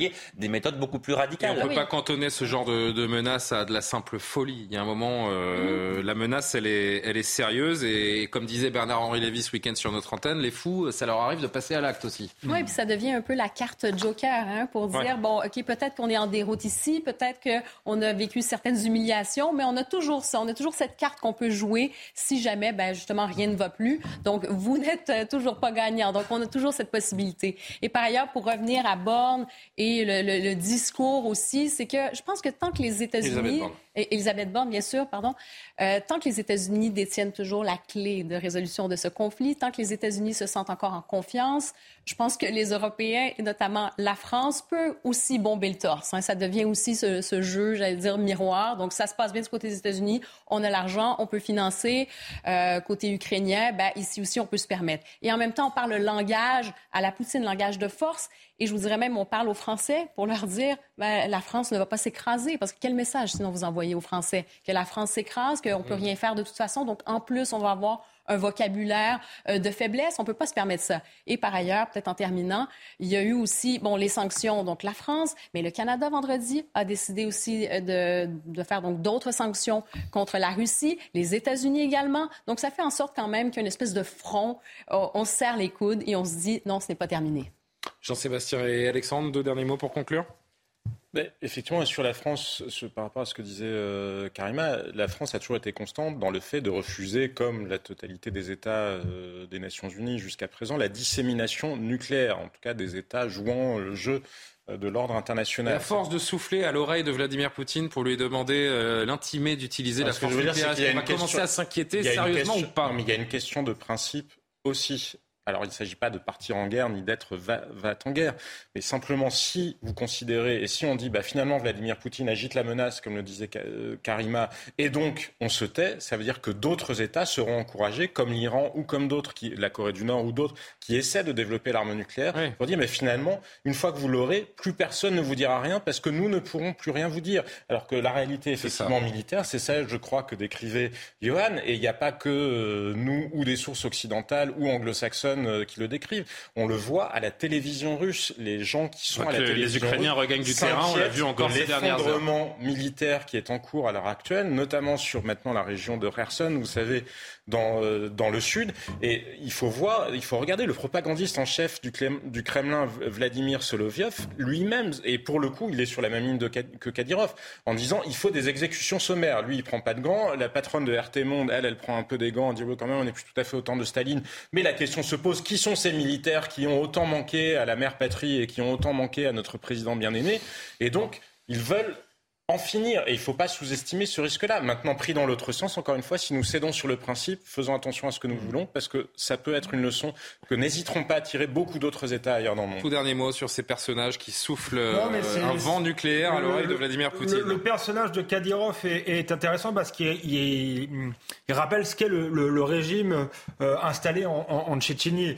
des méthodes beaucoup plus radicales. Et on ne peut pas cantonner ce genre de menace à de la simple folie. Il y a un moment, la menace, elle est sérieuse. Et comme disait Bernard-Henri Lévy ce week-end sur notre antenne, les fous, ça leur arrive de passer à l'acte aussi. Oui, puis ça devient un peu la carte joker pour dire, bon, OK, peut-être qu'on est en déroute ici, peut-être qu'on a vécu certaines humiliations, mais on a toujours ça. On a toujours cette carte qu'on peut jouer si jamais, justement, rien ne va plus. Donc, vous n'êtes toujours pas gagnant. Donc, on a toujours cette possibilité. Et par ailleurs, pour revenir à Borne et le discours aussi, c'est que je pense que tant que les États-Unis... Elisabeth Borne, bien sûr, pardon. Tant que les États-Unis détiennent toujours la clé de résolution de ce conflit, tant que les États-Unis se sentent encore en confiance, je pense que les Européens, et notamment la France, peut aussi bomber le torse. Ça devient aussi ce jeu, j'allais dire, miroir. Donc, ça se passe bien du côté des États-Unis. On a l'argent, on peut financer. Côté ukrainien, ici aussi, on peut se permettre. Et en même temps, on parle le langage à la Poutine, langage de force. Et je vous dirais même, on parle aux Français pour leur dire, la France ne va pas s'écraser. Parce que quel message, sinon, vous envoyez aux Français? Que la France s'écrase, qu'on ne peut rien faire de toute façon. Donc, en plus, on va avoir un vocabulaire de faiblesse. On ne peut pas se permettre ça. Et par ailleurs, peut-être en terminant, il y a eu aussi, les sanctions, donc la France, mais le Canada, vendredi, a décidé aussi de faire donc d'autres sanctions contre la Russie, les États-Unis également. Donc, ça fait en sorte quand même qu'il y a une espèce de front. On se serre les coudes et on se dit, non, ce n'est pas terminé. Jean-Sébastien et Alexandre, 2 derniers mots pour conclure. Effectivement, sur la France, par rapport à ce que disait Karima, la France a toujours été constante dans le fait de refuser, comme la totalité des États des Nations Unies jusqu'à présent, la dissémination nucléaire, en tout cas des États jouant le jeu de l'ordre international. La force de souffler à l'oreille de Vladimir Poutine pour lui demander l'intimer d'utiliser la force nucléaire. Est-ce qu'on va commencer à s'inquiéter sérieusement ou pas? Mais il y a une question de principe aussi. Alors, il ne s'agit pas de partir en guerre ni d'être va-t-en-guerre, mais simplement si vous considérez, et si on dit finalement Vladimir Poutine agite la menace, comme le disait Karima, et donc on se tait, ça veut dire que d'autres États seront encouragés, comme l'Iran ou comme d'autres, la Corée du Nord ou d'autres, qui essaient de développer l'arme nucléaire, pour dire mais finalement, une fois que vous l'aurez, plus personne ne vous dira rien parce que nous ne pourrons plus rien vous dire. Alors que la réalité effectivement militaire, c'est ça, je crois, que décrivait Johan, et il n'y a pas que nous ou des sources occidentales ou anglo-saxonnes qui le décrivent. On le voit à la télévision russe. Les gens qui sont à la télévision les Ukrainiens russe regagnent du terrain, on l'a vu encore ces dernières heures. L'effondrement militaire qui est en cours à l'heure actuelle, notamment sur maintenant la région de Kherson, vous savez, dans le sud. Et il faut regarder le propagandiste en chef du Kremlin, Vladimir Soloviev, lui-même, et pour le coup, il est sur la même ligne que Kadyrov, en disant il faut des exécutions sommaires. Lui, il prend pas de gants. La patronne de RT Monde, elle prend un peu des gants, on dit oui, quand même, on n'est plus tout à fait au temps de Staline. Mais la question se pose, qui sont ces militaires qui ont autant manqué à la mère patrie et qui ont autant manqué à notre président bien-aimé? Et donc, ils veulent en finir. Et il ne faut pas sous-estimer ce risque-là. Maintenant, pris dans l'autre sens, encore une fois, si nous cédons sur le principe, faisons attention à ce que nous voulons, parce que ça peut être une leçon que n'hésiteront pas à tirer beaucoup d'autres États ailleurs dans le monde. Tout dernier mot sur ces personnages qui soufflent un vent nucléaire à l'oreille de Vladimir Poutine. Le personnage de Kadyrov est intéressant parce qu'il rappelle ce qu'est le régime installé en Tchétchénie.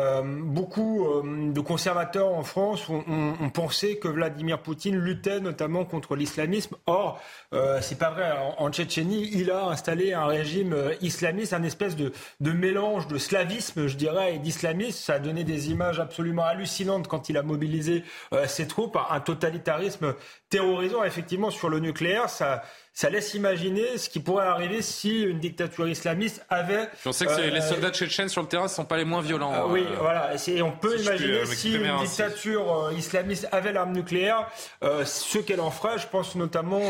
Beaucoup de conservateurs en France ont pensé que Vladimir Poutine luttait notamment contre l'islamisme. Or, c'est pas vrai. En Tchétchénie, il a installé un régime islamiste, un espèce de mélange de slavisme, je dirais, et d'islamisme. Ça a donné des images absolument hallucinantes quand il a mobilisé ses troupes. Un totalitarisme terrorisant, effectivement, sur le nucléaire. Ça laisse imaginer ce qui pourrait arriver si une dictature islamiste avait... On sait que les soldats tchétchènes sur le terrain ne sont pas les moins violents. Oui, voilà. On peut imaginer si une dictature islamiste avait l'arme nucléaire, ce qu'elle en ferait. Je pense notamment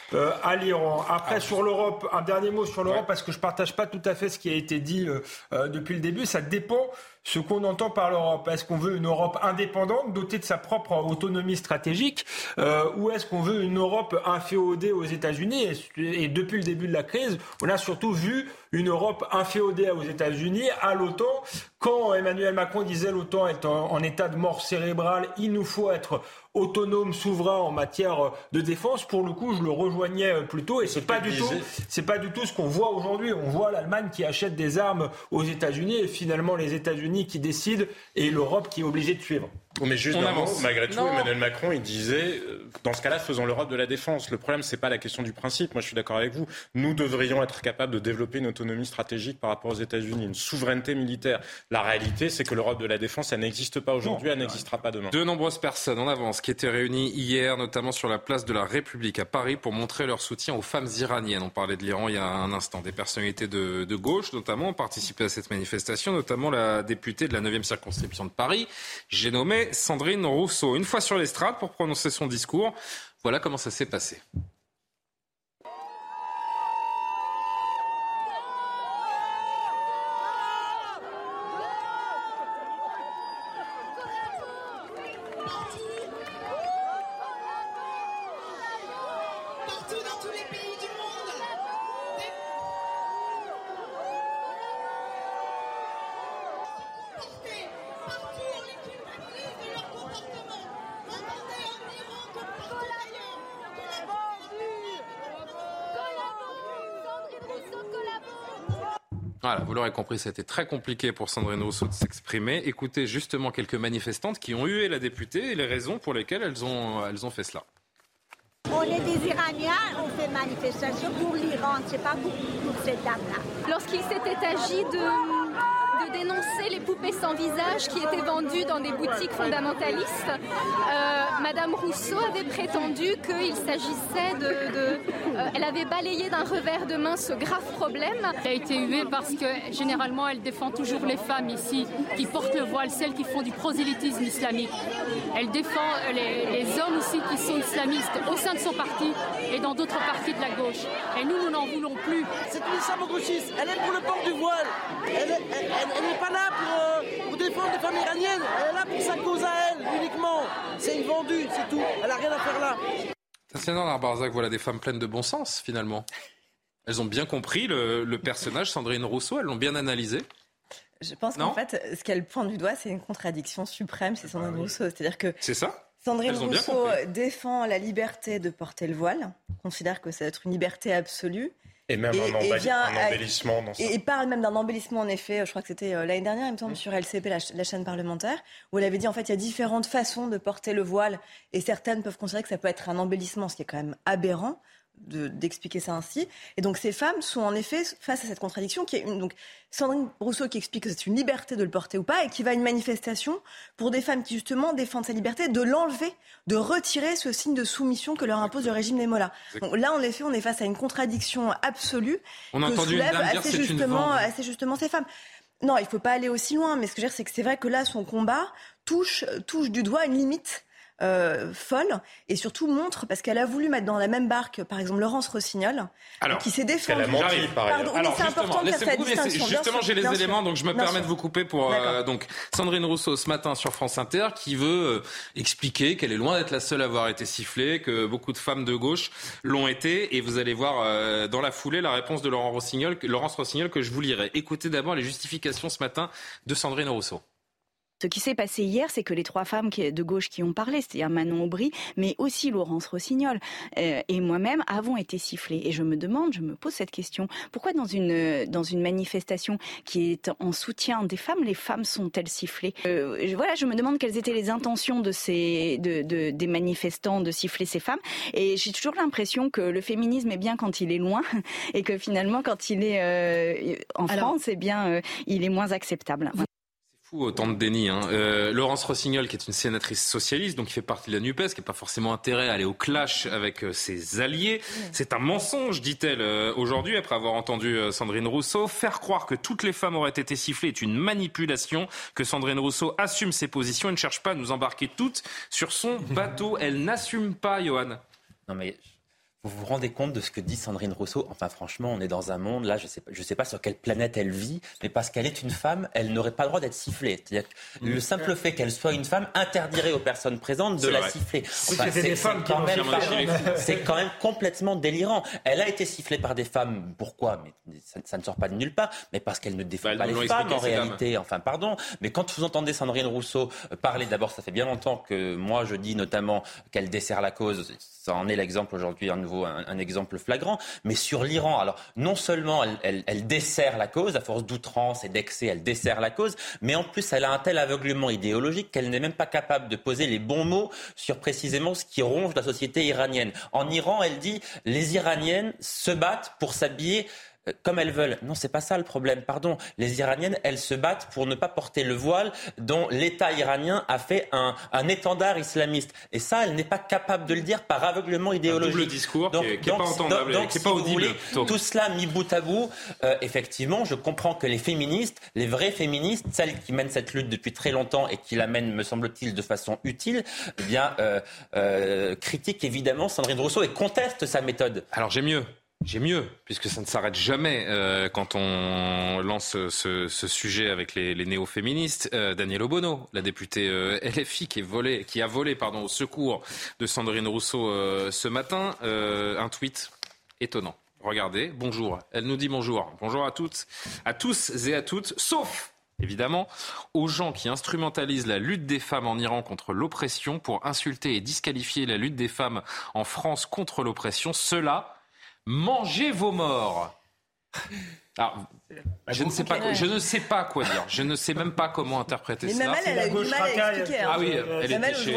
à l'Iran. Après, sur l'Europe, un dernier mot sur l'Europe, parce que je ne partage pas tout à fait ce qui a été dit depuis le début. Ça dépend ce qu'on entend par l'Europe. Est-ce qu'on veut une Europe indépendante, dotée de sa propre autonomie stratégique, ou est-ce qu'on veut une Europe inféodée aux États-Unis? Et depuis le début de la crise, on a surtout vu une Europe inféodée aux États-Unis, à l'OTAN. Quand Emmanuel Macron disait l'OTAN est en état de mort cérébrale, il nous faut être autonome, souverain en matière de défense. Pour le coup, je le rejoignais plutôt, et c'est pas du tout ce qu'on voit aujourd'hui. On voit l'Allemagne qui achète des armes aux États-Unis, et finalement les États-Unis qui décident, et l'Europe qui est obligée de suivre. Mais juste d'un mot, malgré tout, Emmanuel Macron, il disait, dans ce cas-là, faisons l'Europe de la défense. Le problème, c'est pas la question du principe. Moi, je suis d'accord avec vous. Nous devrions être capables de développer une autonomie stratégique par rapport aux États-Unis, une souveraineté militaire. La réalité, c'est que l'Europe de la défense, elle n'existe pas aujourd'hui, elle n'existera pas demain. De nombreuses personnes en avance qui étaient réunies hier, notamment sur la place de la République à Paris, pour montrer leur soutien aux femmes iraniennes. On parlait de l'Iran il y a un instant. Des personnalités de gauche, notamment, ont participé à cette manifestation, notamment la députée de la 9e circonscription de Paris, j'ai nommé Sandrine Rousseau. Une fois sur l'estrade pour prononcer son discours, voilà comment ça s'est passé. Voilà, vous l'aurez compris, ça a été très compliqué pour Sandrine Rousseau de s'exprimer. Écoutez justement quelques manifestantes qui ont hué la députée et les raisons pour lesquelles elles ont fait cela. On est des Iraniens, on fait manifestation pour l'Iran, c'est pas pour cette dame-là. Lorsqu'il s'était agi de dénoncer les poupées sans visage qui étaient vendues dans des boutiques fondamentalistes, Madame Rousseau avait prétendu qu'il s'agissait elle avait balayé d'un revers de main ce grave problème. Elle a été huée parce que généralement elle défend toujours les femmes ici qui portent le voile, celles qui font du prosélytisme islamique. Elle défend les hommes aussi qui sont islamistes au sein de son parti et dans d'autres partis de la gauche. Et nous n'en voulons plus. C'est une islamo-gauchiste, elle est pour le port du voile. Elle n'est pas là pour défendre les femmes iraniennes, elle est là pour sa cause à elle uniquement. C'est une vendue, c'est tout, elle n'a rien à faire là. Tatiana Barzac, voilà des femmes pleines de bon sens finalement. Elles ont bien compris le personnage Sandrine Rousseau, elles l'ont bien analysé. Je pense qu'en fait, ce qu'elle pointe du doigt, c'est une contradiction suprême, c'est Sandrine Rousseau. C'est-à-dire que c'est ça. Sandrine Rousseau défend la liberté de porter le voile, considère que ça doit être une liberté absolue. Et même un embellissement dans ça. Et parle même d'un embellissement, en effet, je crois que c'était l'année dernière, il me semble, sur LCP, la chaîne parlementaire, où elle avait dit, en fait, il y a différentes façons de porter le voile, et certaines peuvent considérer que ça peut être un embellissement, ce qui est quand même aberrant d'expliquer ça ainsi. Et donc ces femmes sont en effet face à cette contradiction qui est donc Sandrine Rousseau qui explique que c'est une liberté de le porter ou pas et qui va à une manifestation pour des femmes qui justement défendent sa liberté de l'enlever, de retirer ce signe de soumission que leur impose le régime des mollahs. Donc là en effet on est face à une contradiction absolue on a entendu soulève une dame dire assez justement ces femmes. Non, il ne faut pas aller aussi loin, mais ce que je veux dire c'est que c'est vrai que là son combat touche du doigt une limite folle et surtout montre parce qu'elle a voulu mettre dans la même barque par exemple Laurence Rossignol qui s'est défendue. Elle a menti, Pardon, mais c'est important de faire cette distinction. Justement, j'ai les éléments, donc je me permets de vous couper pour donc Sandrine Rousseau ce matin sur France Inter qui veut expliquer qu'elle est loin d'être la seule à avoir été sifflée, que beaucoup de femmes de gauche l'ont été et vous allez voir dans la foulée la réponse de Laurence Rossignol que je vous lirai. Écoutez d'abord les justifications ce matin de Sandrine Rousseau. Ce qui s'est passé hier, c'est que les trois femmes de gauche qui ont parlé, c'est-à-dire Manon Aubry, mais aussi Laurence Rossignol et moi-même, avons été sifflées. Et je me pose cette question. Pourquoi dans une manifestation qui est en soutien des femmes, les femmes sont-elles sifflées ? Je me demande quelles étaient les intentions des manifestants de siffler ces femmes. Et j'ai toujours l'impression que le féminisme est bien quand il est loin et que finalement, quand il est en France, il est moins acceptable. Fou, autant de déni. Laurence Rossignol, qui est une sénatrice socialiste, donc qui fait partie de la NUPES, qui n'a pas forcément intérêt à aller au clash avec ses alliés. C'est un mensonge, dit-elle aujourd'hui, après avoir entendu Sandrine Rousseau. Faire croire que toutes les femmes auraient été sifflées est une manipulation, que Sandrine Rousseau assume ses positions et ne cherche pas à nous embarquer toutes sur son bateau. Elle n'assume pas, Johan. Non mais... Vous vous rendez compte de ce que dit Sandrine Rousseau ? Enfin, franchement, on est dans un monde, là, je sais pas sur quelle planète elle vit, mais parce qu'elle est une femme, elle n'aurait pas le droit d'être sifflée. C'est-à-dire que le simple fait qu'elle soit une femme interdirait aux personnes présentes de la siffler. Enfin, c'est quand même complètement délirant. Elle a été sifflée par des femmes. Pourquoi ? Mais ça ne sort pas de nulle part. Mais parce qu'elle ne défend pas les femmes en réalité. Enfin, pardon. Mais quand vous entendez Sandrine Rousseau parler, d'abord, ça fait bien longtemps que moi je dis notamment qu'elle dessert la cause. Ça en est l'exemple aujourd'hui, un nouveau vaut un exemple flagrant. Mais sur l'Iran, alors non seulement elle dessert la cause, à force d'outrance et d'excès, elle dessert la cause, mais en plus elle a un tel aveuglement idéologique qu'elle n'est même pas capable de poser les bons mots sur précisément ce qui ronge la société iranienne. En Iran, elle dit les Iraniennes se battent pour s'habiller comme elles veulent. Non, c'est pas ça le problème, pardon. Les Iraniennes, elles se battent pour ne pas porter le voile dont l'État iranien a fait un étendard islamiste. Et ça, elle n'est pas capable de le dire par aveuglement idéologique. Un double discours qui n'est pas entendable, qui n'est pas audible. Tout cela mis bout à bout, effectivement, je comprends que les féministes, les vraies féministes, celles qui mènent cette lutte depuis très longtemps et qui la mènent, me semble-t-il, de façon utile, eh bien, critiquent évidemment Sandrine Rousseau et contestent sa méthode. Alors j'ai mieux, puisque ça ne s'arrête jamais quand on lance ce sujet avec les néo-féministes. Danielle Obono, la députée LFI qui a volé au secours de Sandrine Rousseau ce matin, un tweet étonnant. Regardez, bonjour. Elle nous dit bonjour. Bonjour à toutes, à tous et à toutes, sauf évidemment aux gens qui instrumentalisent la lutte des femmes en Iran contre l'oppression pour insulter et disqualifier la lutte des femmes en France contre l'oppression. Cela... Mangez vos morts. Alors, je ne sais pas quoi dire. Je ne sais même pas comment interpréter ça. Mais même elle a eu du mal à expliquer. Ah oui, elle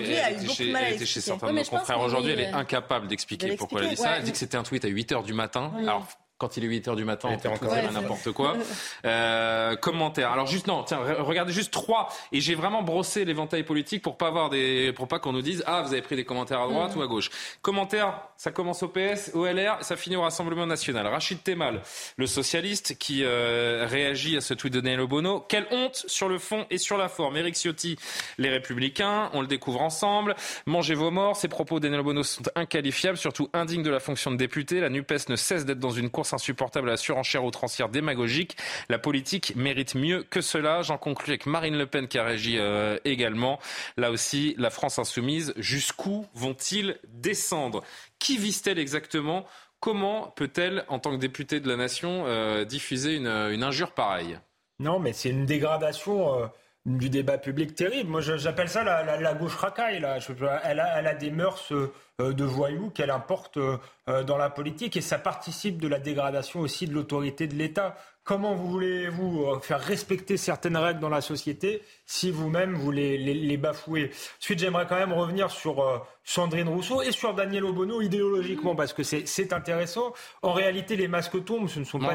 était chez certains de nos confrères aujourd'hui. Elle est incapable d'expliquer pourquoi elle dit ça. Elle dit que c'était un tweet à 8h du matin. Alors, quand il est 8h du matin, on peut encore dire n'importe quoi. Commentaire. Alors regardez juste 3. Et j'ai vraiment brossé l'éventail politique pour pas qu'on nous dise vous avez pris des commentaires à droite ou à gauche. Commentaire, ça commence au PS, au LR, ça finit au Rassemblement National. Rachid Temal, le socialiste, qui réagit à ce tweet de Danielle Obono. Quelle honte sur le fond et sur la forme. Éric Ciotti, les Républicains, on le découvre ensemble. Mangez vos morts. Ces propos de Danielle Obono sont inqualifiables, surtout indignes de la fonction de député. La NUPES ne cesse d'être dans une course insupportable à la surenchère outrancière démagogique. La politique mérite mieux que cela. J'en conclus avec Marine Le Pen qui a réagi également. Là aussi, la France insoumise, jusqu'où vont-ils descendre ? Qui vise-t-elle exactement ? Comment peut-elle, en tant que députée de la nation, diffuser une injure pareille ? Non, mais c'est une dégradation du débat public terrible. Moi, j'appelle ça la gauche racaille. Là. Elle a des mœurs de voyous qu'elle importe dans la politique et ça participe de la dégradation aussi de l'autorité de l'État. Comment voulez-vous faire respecter certaines règles dans la société si vous-même vous les bafouez ? Ensuite, j'aimerais quand même revenir sur Sandrine Rousseau et sur Danielle Obono idéologiquement parce que c'est intéressant. En réalité, les masques tombent, ce ne sont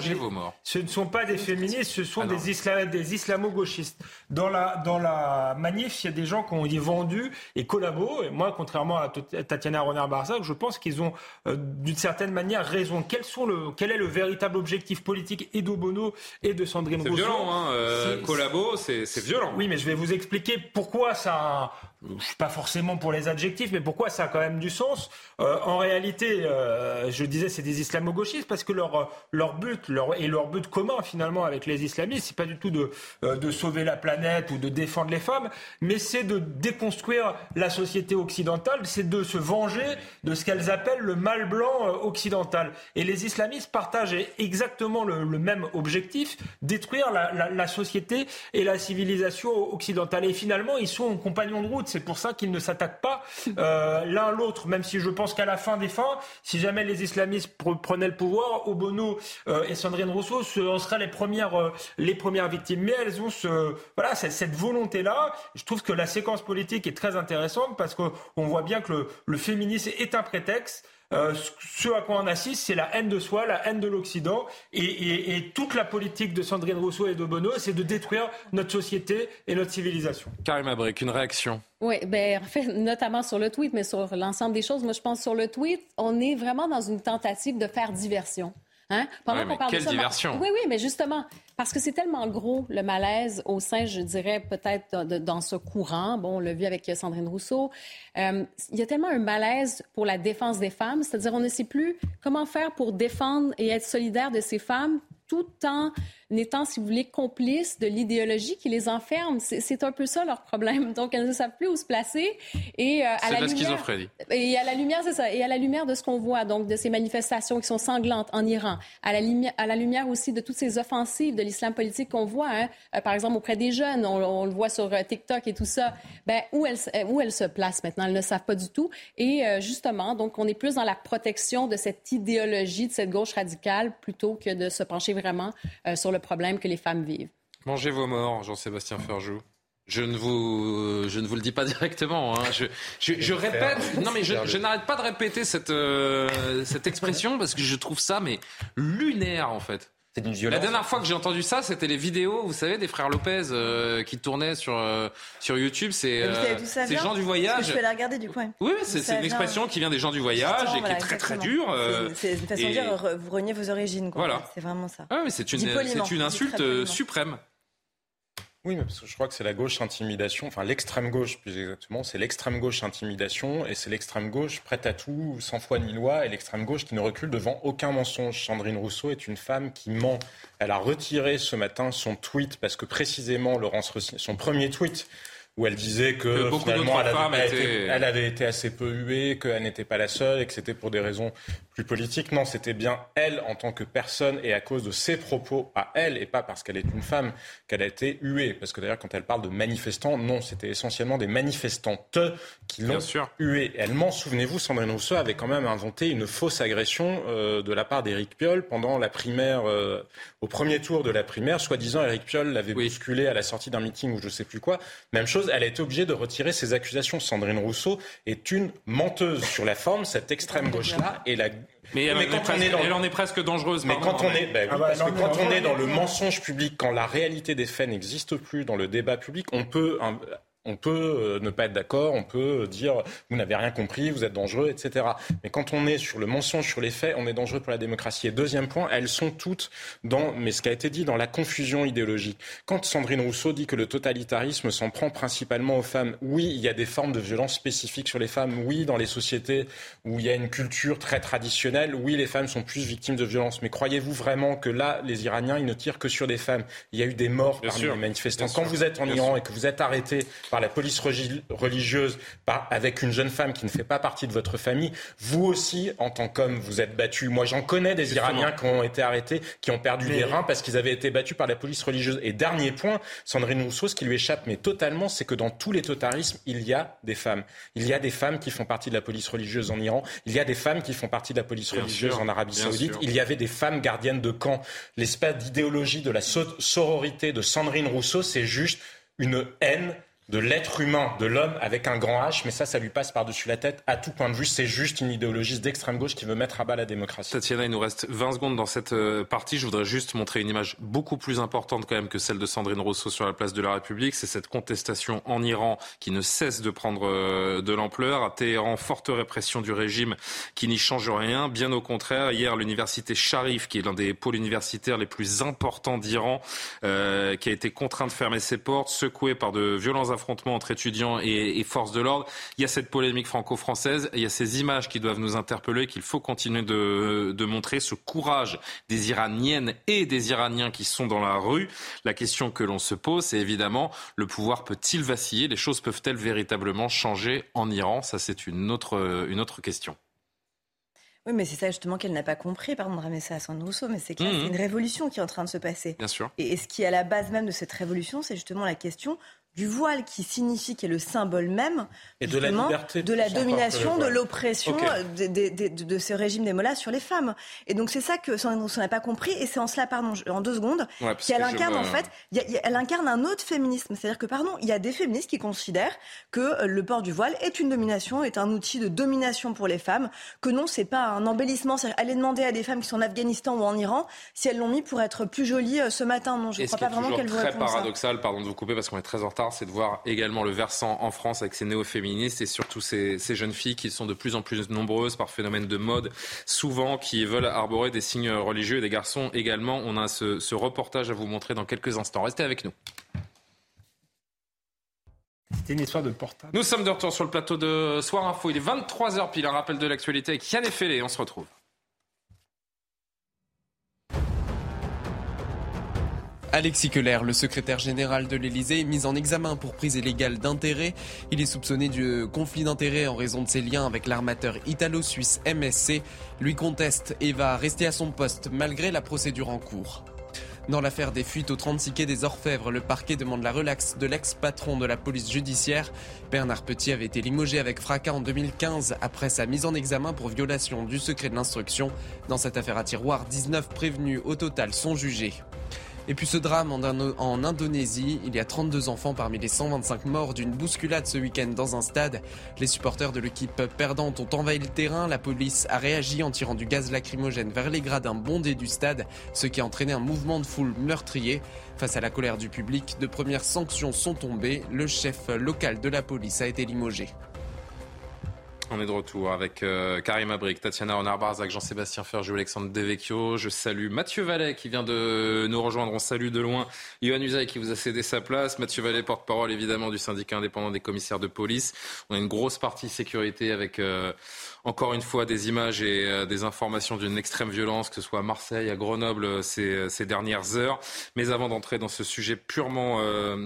pas des féministes, ce sont des islamo-gauchistes. Dans la manif, il y a des gens qui ont dit vendu et collabo. Et moi, contrairement à Tatiana Renard-Barzac, je pense qu'ils ont d'une certaine manière raison. Quel est le véritable objectif politique et d'Obono et de Sandrine Rousseau ? C'est violent, collabo, c'est violent. Oui, mais je vais vous expliquer pourquoi ça... Je ne suis pas forcément pour les adjectifs, mais pourquoi ça a quand même du sens. En réalité, je disais c'est des islamo-gauchistes parce que leur but commun finalement avec les islamistes, c'est pas du tout de sauver la planète ou de défendre les femmes, mais c'est de déconstruire la société occidentale, c'est de se venger de ce qu'elles appellent le mal blanc occidental. Et les islamistes partagent exactement le même objectif, détruire la société et la civilisation occidentale. Et finalement, ils sont compagnons de route. C'est pour ça qu'ils ne s'attaquent pas l'un l'autre, même si je pense qu'à la fin des fins, si jamais les islamistes prenaient le pouvoir, Obono et Sandrine Rousseau en seraient les premières victimes. Mais elles ont cette volonté-là. Je trouve que la séquence politique est très intéressante parce qu'on voit bien que le féminisme est un prétexte. Ce à quoi on assiste, c'est la haine de soi, la haine de l'Occident et toute la politique de Sandrine Rousseau et d'Obono, c'est de détruire notre société et notre civilisation. Karim Abrik, une réaction ? Oui, en fait, notamment sur le tweet, mais sur l'ensemble des choses. Moi, je pense sur le tweet, on est vraiment dans une tentative de faire diversion. Pendant qu'on parle de ça, diversion. Oui, mais justement, parce que c'est tellement gros le malaise au sein, je dirais, peut-être dans ce courant. Bon, on l'a vu avec Sandrine Rousseau. Il y a tellement un malaise pour la défense des femmes, c'est-à-dire on ne sait plus comment faire pour défendre et être solidaire de ces femmes tout en n'étant, si vous voulez, complices de l'idéologie qui les enferme. C'est un peu ça leur problème. Donc, elles ne savent plus où se placer. Et à la schizophrénie. Et à la lumière, c'est ça. Et à la lumière de ce qu'on voit, donc de ces manifestations qui sont sanglantes en Iran, à la lumière aussi de toutes ces offensives de l'islam politique qu'on voit, par exemple auprès des jeunes, on le voit sur TikTok et tout ça. Où elles se placent maintenant, elles ne savent pas du tout. Et justement, donc, on est plus dans la protection de cette idéologie, de cette gauche radicale, plutôt que de se pencher vraiment sur le problème que les femmes vivent. Mangez vos morts, Jean-Sébastien Ferjou. Je ne vous le dis pas directement. Je répète. Non, mais je n'arrête pas de répéter cette expression parce que je trouve ça lunaire en fait. C'est une violence. La dernière fois que j'ai entendu ça, c'était les vidéos, vous savez, des frères Lopez qui tournaient sur YouTube. C'est gens du voyage. Je vais la regarder du coup. Ouais. Oui, c'est une expression qui vient des gens du voyage et qui est très très dure. C'est une façon de dire vous reniez vos origines. Quoi. Voilà. C'est vraiment ça. Ah, mais c'est une insulte suprême. Oui, mais parce que je crois que c'est la gauche intimidation, enfin l'extrême gauche plus exactement, c'est l'extrême gauche intimidation et c'est l'extrême gauche prête à tout, sans foi ni loi, et l'extrême gauche qui ne recule devant aucun mensonge. Sandrine Rousseau est une femme qui ment. Elle a retiré ce matin son tweet parce que précisément son premier tweet où elle disait que finalement elle avait été assez peu huée, qu'elle n'était pas la seule et que c'était pour des raisons plus politiques. Non, c'était bien elle en tant que personne et à cause de ses propos à elle et pas parce qu'elle est une femme qu'elle a été huée. Parce que d'ailleurs quand elle parle de manifestants, non, c'était essentiellement des manifestantes qui l'ont huée. Elle ment, souvenez-vous, Sandrine Rousseau avait quand même inventé une fausse agression de la part d'Éric Piolle pendant la primaire, au premier tour de la primaire. Soi-disant, Éric Piolle l'avait bousculé à la sortie d'un meeting ou je sais plus quoi. Même chose, elle a été obligée de retirer ses accusations. Sandrine Rousseau est une menteuse sur la forme, cette extrême gauche-là, et elle en est presque dangereuse. Mais quand on est dans le mensonge public, quand la réalité des faits n'existe plus dans le débat public, on peut ne pas être d'accord, on peut dire vous n'avez rien compris, vous êtes dangereux, etc. Mais quand on est sur le mensonge, sur les faits, on est dangereux pour la démocratie. Et deuxième point, elles sont toutes mais ce qui a été dit, dans la confusion idéologique. Quand Sandrine Rousseau dit que le totalitarisme s'en prend principalement aux femmes, oui, il y a des formes de violence spécifiques sur les femmes, oui, dans les sociétés où il y a une culture très traditionnelle, oui, les femmes sont plus victimes de violences. Mais croyez-vous vraiment que là, les Iraniens, ils ne tirent que sur des femmes? Il y a eu des morts parmi les manifestants. Quand vous êtes en Iran et que vous êtes arrêté par la police religieuse, avec une jeune femme qui ne fait pas partie de votre famille, vous aussi, en tant qu'homme, vous êtes battu. Moi, j'en connais des Iraniens qui ont été arrêtés, qui ont perdu des reins parce qu'ils avaient été battus par la police religieuse. Et dernier point, Sandrine Rousseau, ce qui lui échappe totalement, c'est que dans tous les totalitarismes, il y a des femmes. Il y a des femmes qui font partie de la police religieuse en Iran. Il y a des femmes qui font partie de la police religieuse en Arabie Saoudite. Il y avait des femmes gardiennes de camp. L'espèce d'idéologie de la sororité de Sandrine Rousseau, c'est juste une haine de l'être humain, de l'homme avec un grand H, mais ça lui passe par-dessus la tête à tout point de vue. C'est juste une idéologie d'extrême gauche qui veut mettre à bas la démocratie. Tatiana, il nous reste 20 secondes dans cette partie. Je voudrais juste montrer une image beaucoup plus importante quand même que celle de Sandrine Rousseau sur la place de la République. C'est cette contestation en Iran qui ne cesse de prendre de l'ampleur. À Téhéran, forte répression du régime qui n'y change rien. Bien au contraire, hier, l'université Sharif, qui est l'un des pôles universitaires les plus importants d'Iran, qui a été contraint de fermer ses portes, secouée par de violents affrontements entre étudiants et forces de l'ordre. Il y a cette polémique franco-française, il y a ces images qui doivent nous interpeller, qu'il faut continuer de montrer, ce courage des Iraniennes et des Iraniens qui sont dans la rue. La question que l'on se pose, c'est évidemment, le pouvoir peut-il vaciller? Les choses peuvent-elles véritablement changer en Iran? Ça, c'est une autre question. Oui, mais c'est ça justement qu'elle n'a pas compris, pardon de ramener ça à Sandrine Rousseau, mais c'est que c'est une révolution qui est en train de se passer. Bien sûr. Et ce qui est à la base même de cette révolution, c'est justement la question du voile qui signifie, qui est le symbole même et de la liberté, de la domination, de l'oppression de ce régime des mollahs sur les femmes. Et donc c'est ça que Sandrine Rousseau n'a pas compris, et c'est en cela, en 2 secondes, qu'elle incarne en fait, elle incarne un autre féminisme. C'est-à-dire que, il y a des féministes qui considèrent que le port du voile est une domination, est un outil de domination pour les femmes, que non, c'est pas un embellissement. C'est-à-dire, aller demander à des femmes qui sont en Afghanistan ou en Iran si elles l'ont mis pour être plus jolies ce matin. Non, je ne crois pas vraiment qu'elles vous répondent ça. Ce qui est toujours très paradoxal, pardon de vous couper parce qu'on est très en retard, c'est de voir également le versant en France avec ces néo-féministes et surtout ces jeunes filles qui sont de plus en plus nombreuses par phénomène de mode, souvent qui veulent arborer des signes religieux, et des garçons également. On a ce reportage à vous montrer dans quelques instants. Restez avec nous. C'était une histoire de portable. Nous sommes de retour sur le plateau de Soir Info. Il est 23h pile, un rappel de l'actualité avec Yann Effelé. On se retrouve. Alexis Keller, le secrétaire général de l'Elysée, est mis en examen pour prise illégale d'intérêt. Il est soupçonné du conflit d'intérêts en raison de ses liens avec l'armateur italo-suisse MSC. Lui conteste et va rester à son poste malgré la procédure en cours. Dans l'affaire des fuites au 36 quai des Orfèvres, le parquet demande la relaxe de l'ex-patron de la police judiciaire. Bernard Petit avait été limogé avec fracas en 2015 après sa mise en examen pour violation du secret de l'instruction. Dans cette affaire à tiroir, 19 prévenus au total sont jugés. Et puis ce drame en Indonésie, il y a 32 enfants parmi les 125 morts d'une bousculade ce week-end dans un stade. Les supporters de l'équipe perdante ont envahi le terrain. La police a réagi en tirant du gaz lacrymogène vers les gradins bondés du stade, ce qui a entraîné un mouvement de foule meurtrier. Face à la colère du public, de premières sanctions sont tombées. Le chef local de la police a été limogé. On est de retour avec Karim Abrik, Tatiana Renard-Barzac, Jean-Sébastien Ferjou, Alexandre Devecchio. Je salue Mathieu Vallet qui vient de nous rejoindre. On salue de loin Yohann Usaï qui vous a cédé sa place. Mathieu Vallet, porte-parole évidemment du syndicat indépendant des commissaires de police. On a une grosse partie sécurité avec encore une fois des images et des informations d'une extrême violence, que ce soit à Marseille, à Grenoble ces dernières heures. Mais avant d'entrer dans ce sujet purement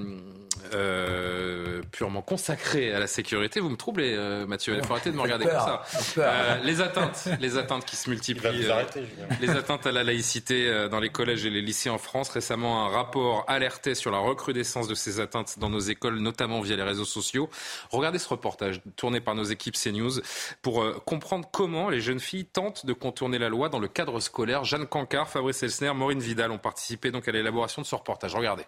consacré à la sécurité, vous me troublez Mathieu Vallet. Il faut arrêter de me regarder comme ça. Les atteintes qui se multiplient. Les atteintes à la laïcité dans les collèges et les lycées en France. Récemment, un rapport alertait sur la recrudescence de ces atteintes dans nos écoles, notamment via les réseaux sociaux. Regardez ce reportage tourné par nos équipes CNews pour comprendre comment les jeunes filles tentent de contourner la loi dans le cadre scolaire. Jeanne Cancard, Fabrice Elsner, Maureen Vidal ont participé donc à l'élaboration de ce reportage. Regardez.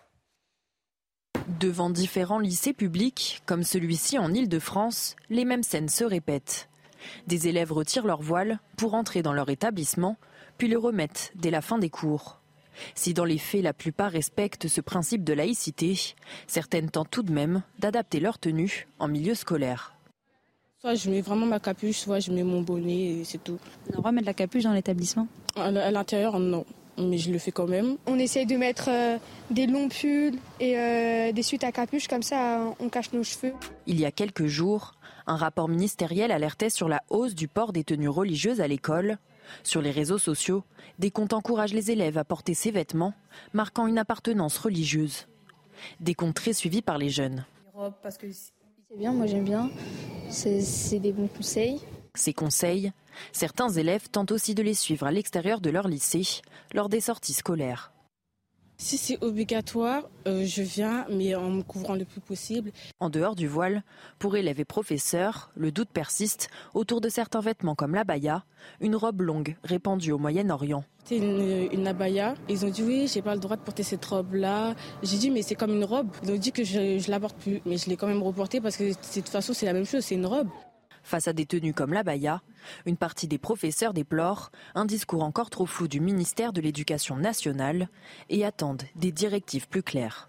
Devant différents lycées publics, comme celui-ci en Île-de-France, les mêmes scènes se répètent. Des élèves retirent leur voile pour entrer dans leur établissement, puis le remettent dès la fin des cours. Si dans les faits la plupart respectent ce principe de laïcité, certaines tentent tout de même d'adapter leur tenue en milieu scolaire. Soit je mets vraiment ma capuche, soit je mets mon bonnet et c'est tout. On a le droit de mettre la capuche dans l'établissement ? À l'intérieur, non. Mais je le fais quand même. On essaye de mettre des longs pulls et des suites à capuche, comme ça on cache nos cheveux. Il y a quelques jours, un rapport ministériel alertait sur la hausse du port des tenues religieuses à l'école. Sur les réseaux sociaux, des comptes encouragent les élèves à porter ces vêtements, marquant une appartenance religieuse. Des comptes très suivis par les jeunes. Parce que c'est bien, moi j'aime bien, c'est des bons conseils. Ces conseils, certains élèves tentent aussi de les suivre à l'extérieur de leur lycée, lors des sorties scolaires. Si c'est obligatoire, je viens, mais en me couvrant le plus possible. En dehors du voile, pour élèves et professeurs, le doute persiste autour de certains vêtements comme l'abaya, une robe longue répandue au Moyen-Orient. C'est une abaya. Ils ont dit oui, j'ai pas le droit de porter cette robe-là. J'ai dit mais c'est comme une robe. Ils ont dit que je la porte plus, mais je l'ai quand même reportée parce que de toute façon c'est la même chose, c'est une robe. Face à des tenues comme l'abaya, une partie des professeurs déplorent un discours encore trop flou du ministère de l'Éducation nationale et attendent des directives plus claires.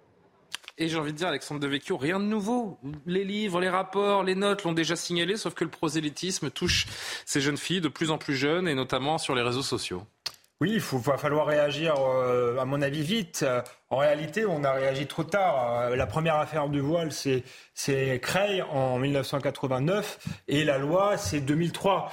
Et j'ai envie de dire, Alexandre Devecchio, rien de nouveau. Les livres, les rapports, les notes l'ont déjà signalé, sauf que le prosélytisme touche ces jeunes filles de plus en plus jeunes et notamment sur les réseaux sociaux. Oui, va falloir réagir, à mon avis, vite. En réalité, on a réagi trop tard. La première affaire du voile, c'est Creil en 1989 et la loi, c'est 2003.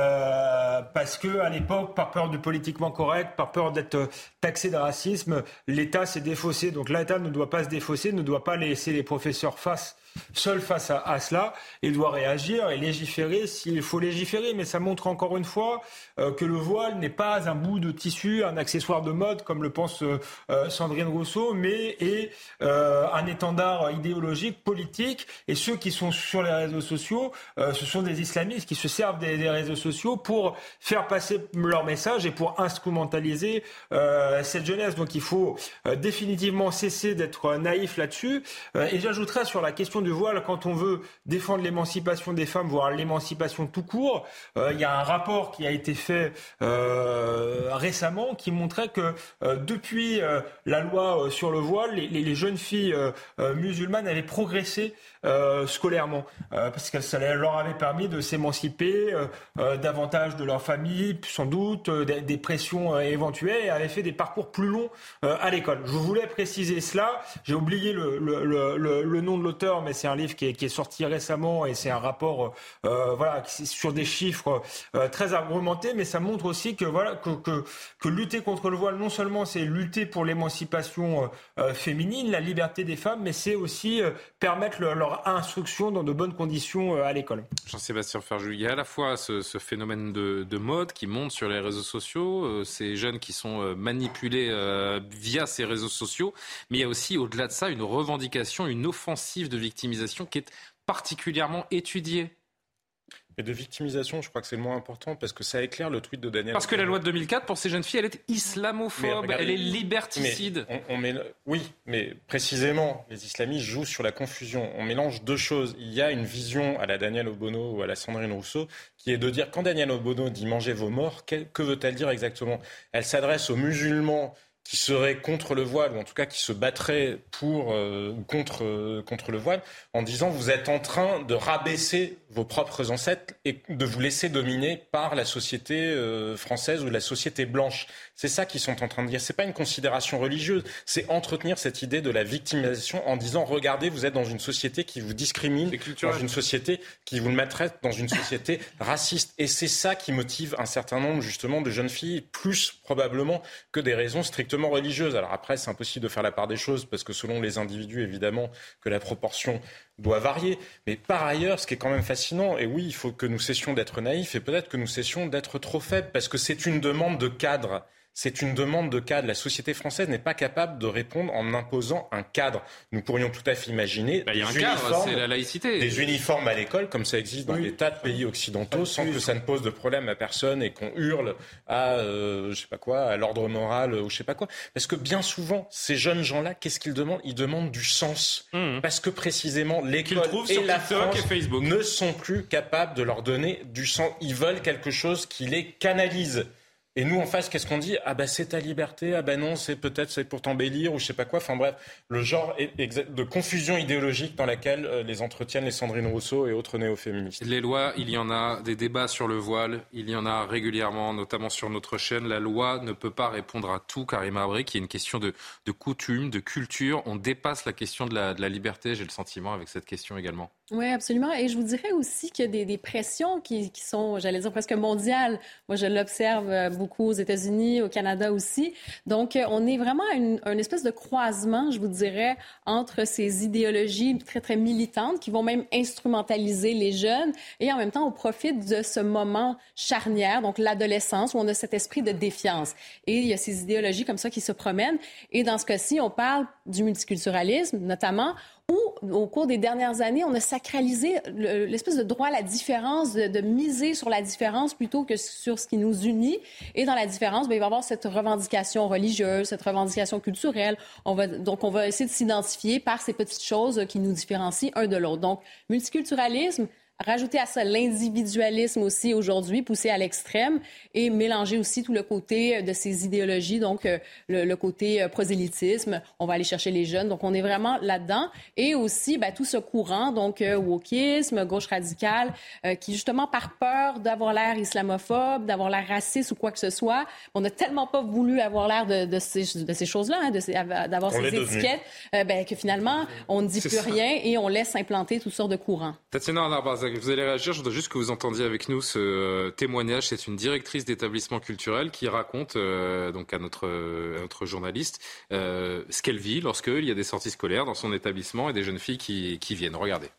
Parce que à l'époque, par peur du politiquement correct, par peur d'être taxé de racisme, l'État s'est défaussé. Donc l'État ne doit pas se défausser, ne doit pas laisser les professeurs seuls face à cela. Il doit réagir et légiférer s'il faut légiférer. Mais ça montre encore une fois que le voile n'est pas un bout de tissu, un accessoire de mode, comme le pense Sandrine Rousseau, mais est un étendard idéologique, politique. Et ceux qui sont sur les réseaux sociaux, ce sont des islamistes qui se servent des réseaux sociaux pour faire passer leur message et pour instrumentaliser cette jeunesse. Donc il faut définitivement cesser d'être naïf là-dessus. Et j'ajouterais sur la question du voile, quand on veut défendre l'émancipation des femmes, voire l'émancipation tout court, il y a un rapport qui a été fait récemment qui montrait que depuis la loi sur le voile, les jeunes filles musulmanes avaient progressé scolairement parce que ça leur avait permis de s'émanciper davantage de leur famille, sans doute des pressions éventuelles, et avaient fait des parcours plus longs à l'école. Je voulais préciser cela. J'ai oublié le nom de l'auteur, mais c'est un livre qui est sorti récemment et c'est un rapport sur des chiffres très argumentés, mais ça montre aussi que lutter contre le voile, non seulement c'est lutter pour l'émancipation l'émancipation féminine, la liberté des femmes, mais c'est aussi permettre leur instruction dans de bonnes conditions à l'école. Jean-Sébastien Ferjou, il y a à la fois ce phénomène de mode qui monte sur les réseaux sociaux, ces jeunes qui sont manipulés via ces réseaux sociaux, mais il y a aussi au-delà de ça une revendication, une offensive de victimisation qui est particulièrement étudiée. Et de victimisation, je crois que c'est le moins important parce que ça éclaire le tweet de Daniel. Parce que la loi de 2004, pour ces jeunes filles, elle est islamophobe, elle est liberticide. Oui, mais précisément, les islamistes jouent sur la confusion. On mélange deux choses. Il y a une vision à la Daniel Obono ou à la Sandrine Rousseau qui est de dire, quand Daniel Obono dit « mangez vos morts », que veut-elle dire exactement ? Elle s'adresse aux musulmans qui seraient contre le voile, ou en tout cas qui se battraient contre le voile, en disant vous êtes en train de rabaisser vos propres ancêtres et de vous laisser dominer par la société française ou la société blanche. C'est ça qu'ils sont en train de dire. C'est pas une considération religieuse, c'est entretenir cette idée de la victimisation en disant regardez, vous êtes dans une société qui vous discrimine, dans une société qui vous le maltraite, dans une société raciste. Et c'est ça qui motive un certain nombre justement de jeunes filles, plus probablement que des raisons strictement religieuses. Alors après, c'est impossible de faire la part des choses parce que selon les individus, évidemment, que la proportion doit varier. Mais par ailleurs, ce qui est quand même fascinant, et oui, il faut que nous cessions d'être naïfs et peut-être que nous cessions d'être trop faibles parce que c'est une demande de cadre. C'est une demande de cadre. La société française n'est pas capable de répondre en imposant un cadre. Nous pourrions tout à fait imaginer il y a un cadre, c'est la laïcité. Des uniformes à l'école, comme ça existe dans des tas de pays occidentaux, sans que ça ne pose de problème à personne et qu'on hurle à, à l'ordre moral ou je sais pas quoi. Parce que bien souvent, ces jeunes gens-là, qu'est-ce qu'ils demandent ? Ils demandent du sens. Parce que précisément, l'école et la France ne sont plus capables de leur donner du sens. Ils veulent quelque chose qui les canalise. Et nous, en face, qu'est-ce qu'on dit ? Ah c'est ta liberté, non, c'est pour t'embellir, ou je sais pas quoi. Enfin bref, le genre de confusion idéologique dans laquelle les entretiennent les Sandrine Rousseau et autres néo-féministes. Les lois, il y en a, des débats sur le voile, il y en a régulièrement, notamment sur notre chaîne. La loi ne peut pas répondre à tout, Karima Abri, qui est une question de coutume, de culture. On dépasse la question de la liberté, j'ai le sentiment, avec cette question également. Oui, absolument. Et je vous dirais aussi qu'il y a des pressions qui sont, j'allais dire, presque mondiales. Moi, je l'observe beaucoup aux États-Unis, au Canada aussi. Donc, on est vraiment à une espèce de croisement, je vous dirais, entre ces idéologies très, très militantes qui vont même instrumentaliser les jeunes et en même temps, on profite de ce moment charnière, donc l'adolescence, où on a cet esprit de défiance. Et il y a ces idéologies comme ça qui se promènent. Et dans ce cas-ci, on parle du multiculturalisme, notamment, où, au cours des dernières années, on a sacralisé l'espèce de droit à la différence, de miser sur la différence plutôt que sur ce qui nous unit. Et dans la différence, il va y avoir cette revendication religieuse, cette revendication culturelle. On va essayer de s'identifier par ces petites choses qui nous différencient un de l'autre. Donc, multiculturalisme, rajouter à ça l'individualisme aussi aujourd'hui, poussé à l'extrême, et mélanger aussi tout le côté de ces idéologies, donc le côté prosélytisme, on va aller chercher les jeunes, donc on est vraiment là-dedans. Et aussi tout ce courant, donc wokisme, gauche radicale, qui justement par peur d'avoir l'air islamophobe, d'avoir l'air raciste ou quoi que ce soit, on n'a tellement pas voulu avoir l'air de ces choses-là, d'avoir ces étiquettes, que finalement on ne dit plus rien et on laisse implanter toutes sortes de courants. Tatiana Arnard-Barzac, vous allez réagir. Je voudrais juste que vous entendiez avec nous ce témoignage. C'est une directrice d'établissement culturel qui raconte donc à notre journaliste ce qu'elle vit lorsqu'il y a des sorties scolaires dans son établissement et des jeunes filles qui viennent. Regardez.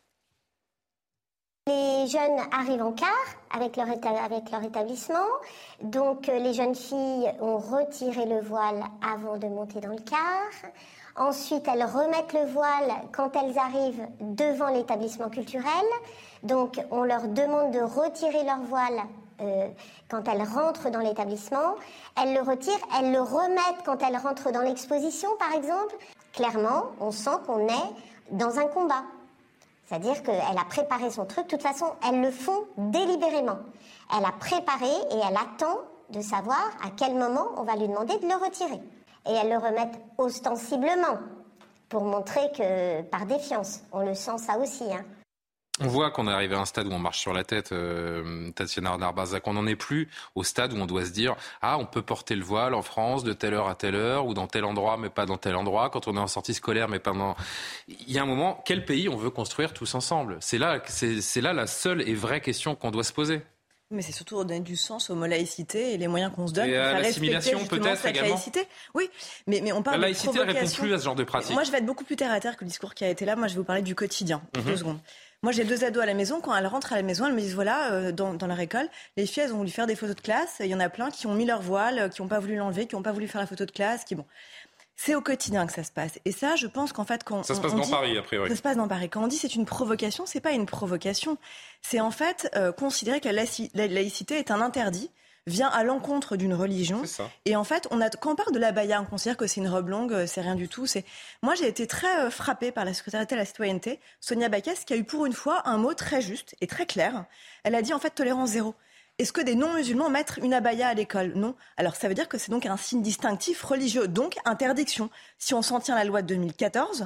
Les jeunes arrivent en car avec leur établissement. Donc les jeunes filles ont retiré le voile avant de monter dans le car. Ensuite, elles remettent le voile quand elles arrivent devant l'établissement culturel. Donc, on leur demande de retirer leur voile quand elles rentrent dans l'établissement. Elles le retirent, elles le remettent quand elles rentrent dans l'exposition, par exemple. Clairement, on sent qu'on est dans un combat. C'est-à-dire qu'elle a préparé son truc. De toute façon, elles le font délibérément. Elle a préparé et elle attend de savoir à quel moment on va lui demander de le retirer. Et elles le remettent ostensiblement pour montrer que, par défiance, on le sent ça aussi. On voit qu'on est arrivé à un stade où on marche sur la tête, Tatiana Arnard-Barzac. On n'en est plus au stade où on doit se dire « Ah, on peut porter le voile en France de telle heure à telle heure, ou dans tel endroit, mais pas dans tel endroit, quand on est en sortie scolaire, mais pas dans... » Il y a un moment, quel pays on veut construire tous ensemble ? C'est là la seule et vraie question qu'on doit se poser. Mais c'est surtout redonner du sens au mot laïcité et les moyens qu'on se donne pour faire l'assimilation respecter peut-être cette également. laïcité. Oui, mais on parle la laïcité, de provocation. elle répond plus à ce genre de pratique. Moi, je vais être beaucoup plus terre à terre que le discours qui a été là. Moi, je vais vous parler du quotidien. 2 secondes. Moi, j'ai 2 ados à la maison. Quand elles rentrent à la maison, elles me disent, voilà, dans leur école, les filles, elles ont voulu faire des photos de classe. Il y en a plein qui ont mis leur voile, qui n'ont pas voulu l'enlever, qui n'ont pas voulu faire la photo de classe, qui bon. C'est au quotidien que ça se passe. Et ça, je pense qu'en fait, quand ça se passe dans Paris, a priori. Ça se passe dans Paris. Quand on dit c'est une provocation, c'est pas une provocation. C'est en fait considérer que la laïcité est un interdit, vient à l'encontre d'une religion. C'est ça. Et en fait, quand on parle de l'abaya, on considère que c'est une robe longue, c'est rien du tout. Moi, j'ai été très frappée par la secrétaire d'État à la citoyenneté, Sonia Backès, qui a eu pour une fois un mot très juste et très clair. Elle a dit en fait tolérance zéro. Est-ce que des non-musulmans mettent une abaya à l'école ? Non. Alors ça veut dire que c'est donc un signe distinctif religieux, donc interdiction. Si on s'en tient à la loi de 2004,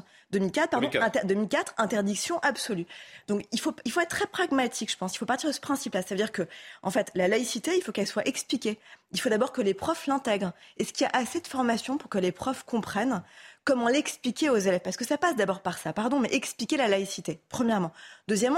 interdiction absolue. Donc il faut être très pragmatique, je pense. Il faut partir de ce principe-là. Ça veut dire que, en fait, la laïcité, il faut qu'elle soit expliquée. Il faut d'abord que les profs l'intègrent. Est-ce qu'il y a assez de formation pour que les profs comprennent comment l'expliquer aux élèves ? Parce que ça passe d'abord par ça, mais expliquer la laïcité, premièrement. Deuxièmement,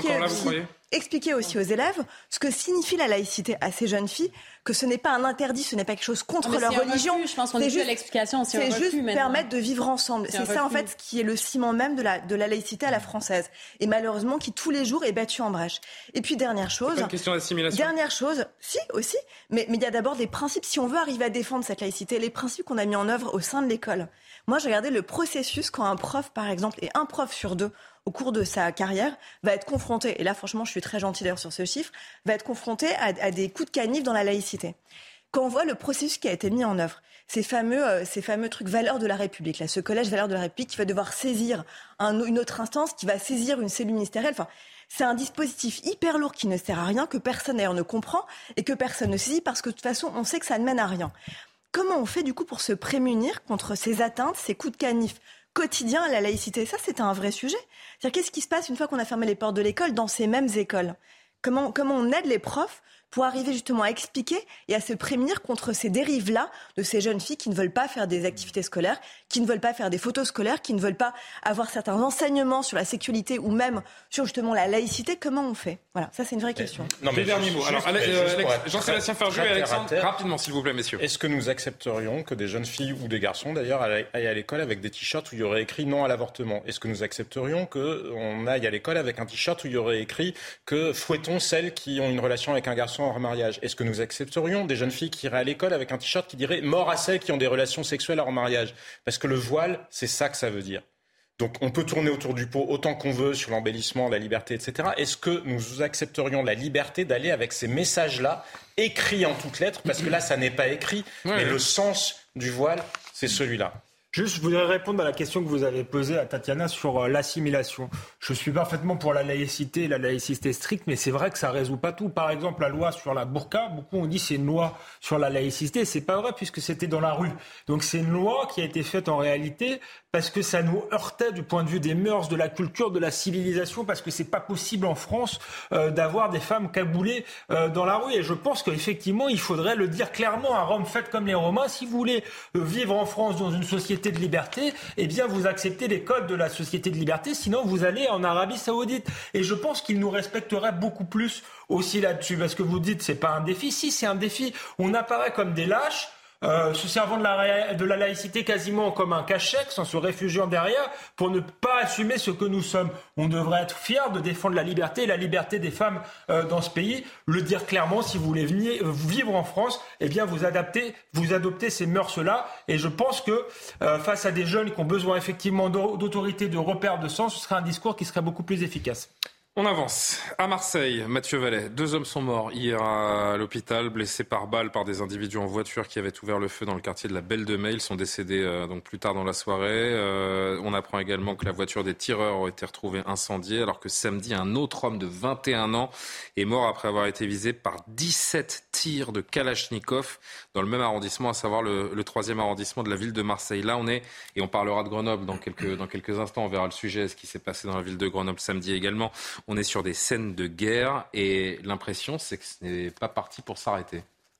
expliquer aussi aux élèves ce que signifie la laïcité à ces jeunes filles, que ce n'est pas un interdit, ce n'est pas quelque chose contre leur religion. Je pense qu'on est juste à l'explication. C'est juste permettre de vivre ensemble. C'est ça, en fait, ce qui est le ciment même de la laïcité à la française. Et malheureusement, qui tous les jours est battu en brèche. Et puis, dernière chose. C'est pas une question d'assimilation. Dernière chose, si, aussi. Mais il y a d'abord des principes. Si on veut arriver à défendre cette laïcité, les principes qu'on a mis en œuvre au sein de l'école. Moi, j'ai regardé le processus quand un prof, par exemple, et un prof sur 2, au cours de sa carrière, va être confronté, et là, franchement, je suis très gentille d'ailleurs sur ce chiffre, va être confronté à des coups de canif dans la laïcité. Quand on voit le processus qui a été mis en œuvre, ces fameux trucs valeurs de la République, là, ce collège valeurs de la République qui va devoir saisir une autre instance, qui va saisir une cellule ministérielle, enfin, c'est un dispositif hyper lourd qui ne sert à rien, que personne d'ailleurs ne comprend et que personne ne saisit parce que de toute façon, on sait que ça ne mène à rien. Comment on fait du coup pour se prémunir contre ces atteintes, ces coups de canif quotidiens à la laïcité ? Ça, c'est un vrai sujet. C'est-à-dire, qu'est-ce qui se passe une fois qu'on a fermé les portes de l'école dans ces mêmes écoles ? Comment on aide les profs pour arriver justement à expliquer et à se prémunir contre ces dérives-là de ces jeunes filles qui ne veulent pas faire des activités scolaires, qui ne veulent pas faire des photos scolaires, qui ne veulent pas avoir certains enseignements sur la sexualité ou même sur justement la laïcité. Comment on fait ? Voilà, ça c'est une vraie question. Non, mais dernier mot. Alors, Jean-Sébastien Ferjou et Alexandre, rapidement s'il vous plaît, messieurs. Est-ce que nous accepterions que des jeunes filles ou des garçons d'ailleurs aillent à l'école avec des t-shirts où il y aurait écrit non à l'avortement ? Est-ce que nous accepterions qu'on aille à l'école avec un t-shirt où il y aurait écrit que fouettons celles qui ont une relation avec un garçon hors mariage ? Est-ce que nous accepterions des jeunes filles qui iraient à l'école avec un t-shirt qui dirait mort à celles qui ont des relations sexuelles hors mariage ? Parce que le voile, c'est ça que ça veut dire. Donc on peut tourner autour du pot autant qu'on veut sur l'embellissement, la liberté, etc. Est-ce que nous accepterions la liberté d'aller avec ces messages-là, écrits en toutes lettres ? Parce que là, ça n'est pas écrit, mais le sens du voile, c'est celui-là. Juste, je voudrais répondre à la question que vous avez posée à Tatiana sur l'assimilation. Je suis parfaitement pour la laïcité stricte, mais c'est vrai que ça résout pas tout. Par exemple, la loi sur la burqa, beaucoup ont dit c'est une loi sur la laïcité. C'est pas vrai puisque c'était dans la rue. Donc c'est une loi qui a été faite en réalité parce que ça nous heurtait du point de vue des mœurs, de la culture, de la civilisation, parce que c'est pas possible en France d'avoir des femmes cagoulées dans la rue. Et je pense qu'effectivement, il faudrait le dire clairement à Rome, faites comme les Romains. Si vous voulez vivre en France dans une société de liberté, eh bien vous acceptez les codes de la société de liberté, sinon vous allez en Arabie Saoudite. Et je pense qu'ils nous respecteraient beaucoup plus aussi là-dessus, parce que vous dites c'est pas un défi. Si, c'est un défi. On apparaît comme des lâches, se servant de la laïcité quasiment comme un cache-chèque, sans se réfugiant derrière, pour ne pas assumer ce que nous sommes. On devrait être fiers de défendre la liberté et la liberté des femmes dans ce pays. Le dire clairement, si vous voulez vivre en France, eh bien vous adoptez ces mœurs-là. Et je pense que face à des jeunes qui ont besoin effectivement d'autorité, de repères, de sens, ce serait un discours qui serait beaucoup plus efficace. On avance. À Marseille, Mathieu Vallet, 2 hommes sont morts hier à l'hôpital, blessés par balle par des individus en voiture qui avaient ouvert le feu dans le quartier de la Belle de Mai. Ils sont décédés donc plus tard dans la soirée. On apprend également que la voiture des tireurs a été retrouvée incendiée, alors que samedi, un autre homme de 21 ans est mort après avoir été visé par 17 tirs de Kalachnikov dans le même arrondissement, à savoir le 3e arrondissement de la ville de Marseille. Là, on est, et on parlera de Grenoble dans quelques instants, on verra le sujet, ce qui s'est passé dans la ville de Grenoble samedi également. On est sur des scènes de guerre et l'impression, c'est que ce n'est pas parti pour s'arrêter.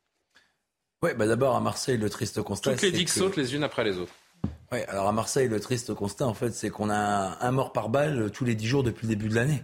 Oui, d'abord à Marseille, le triste constat... Toutes les digues sautent les unes après les autres. Oui, alors à Marseille, le triste constat, en fait, c'est qu'on a un mort par balle tous les 10 jours depuis le début de l'année.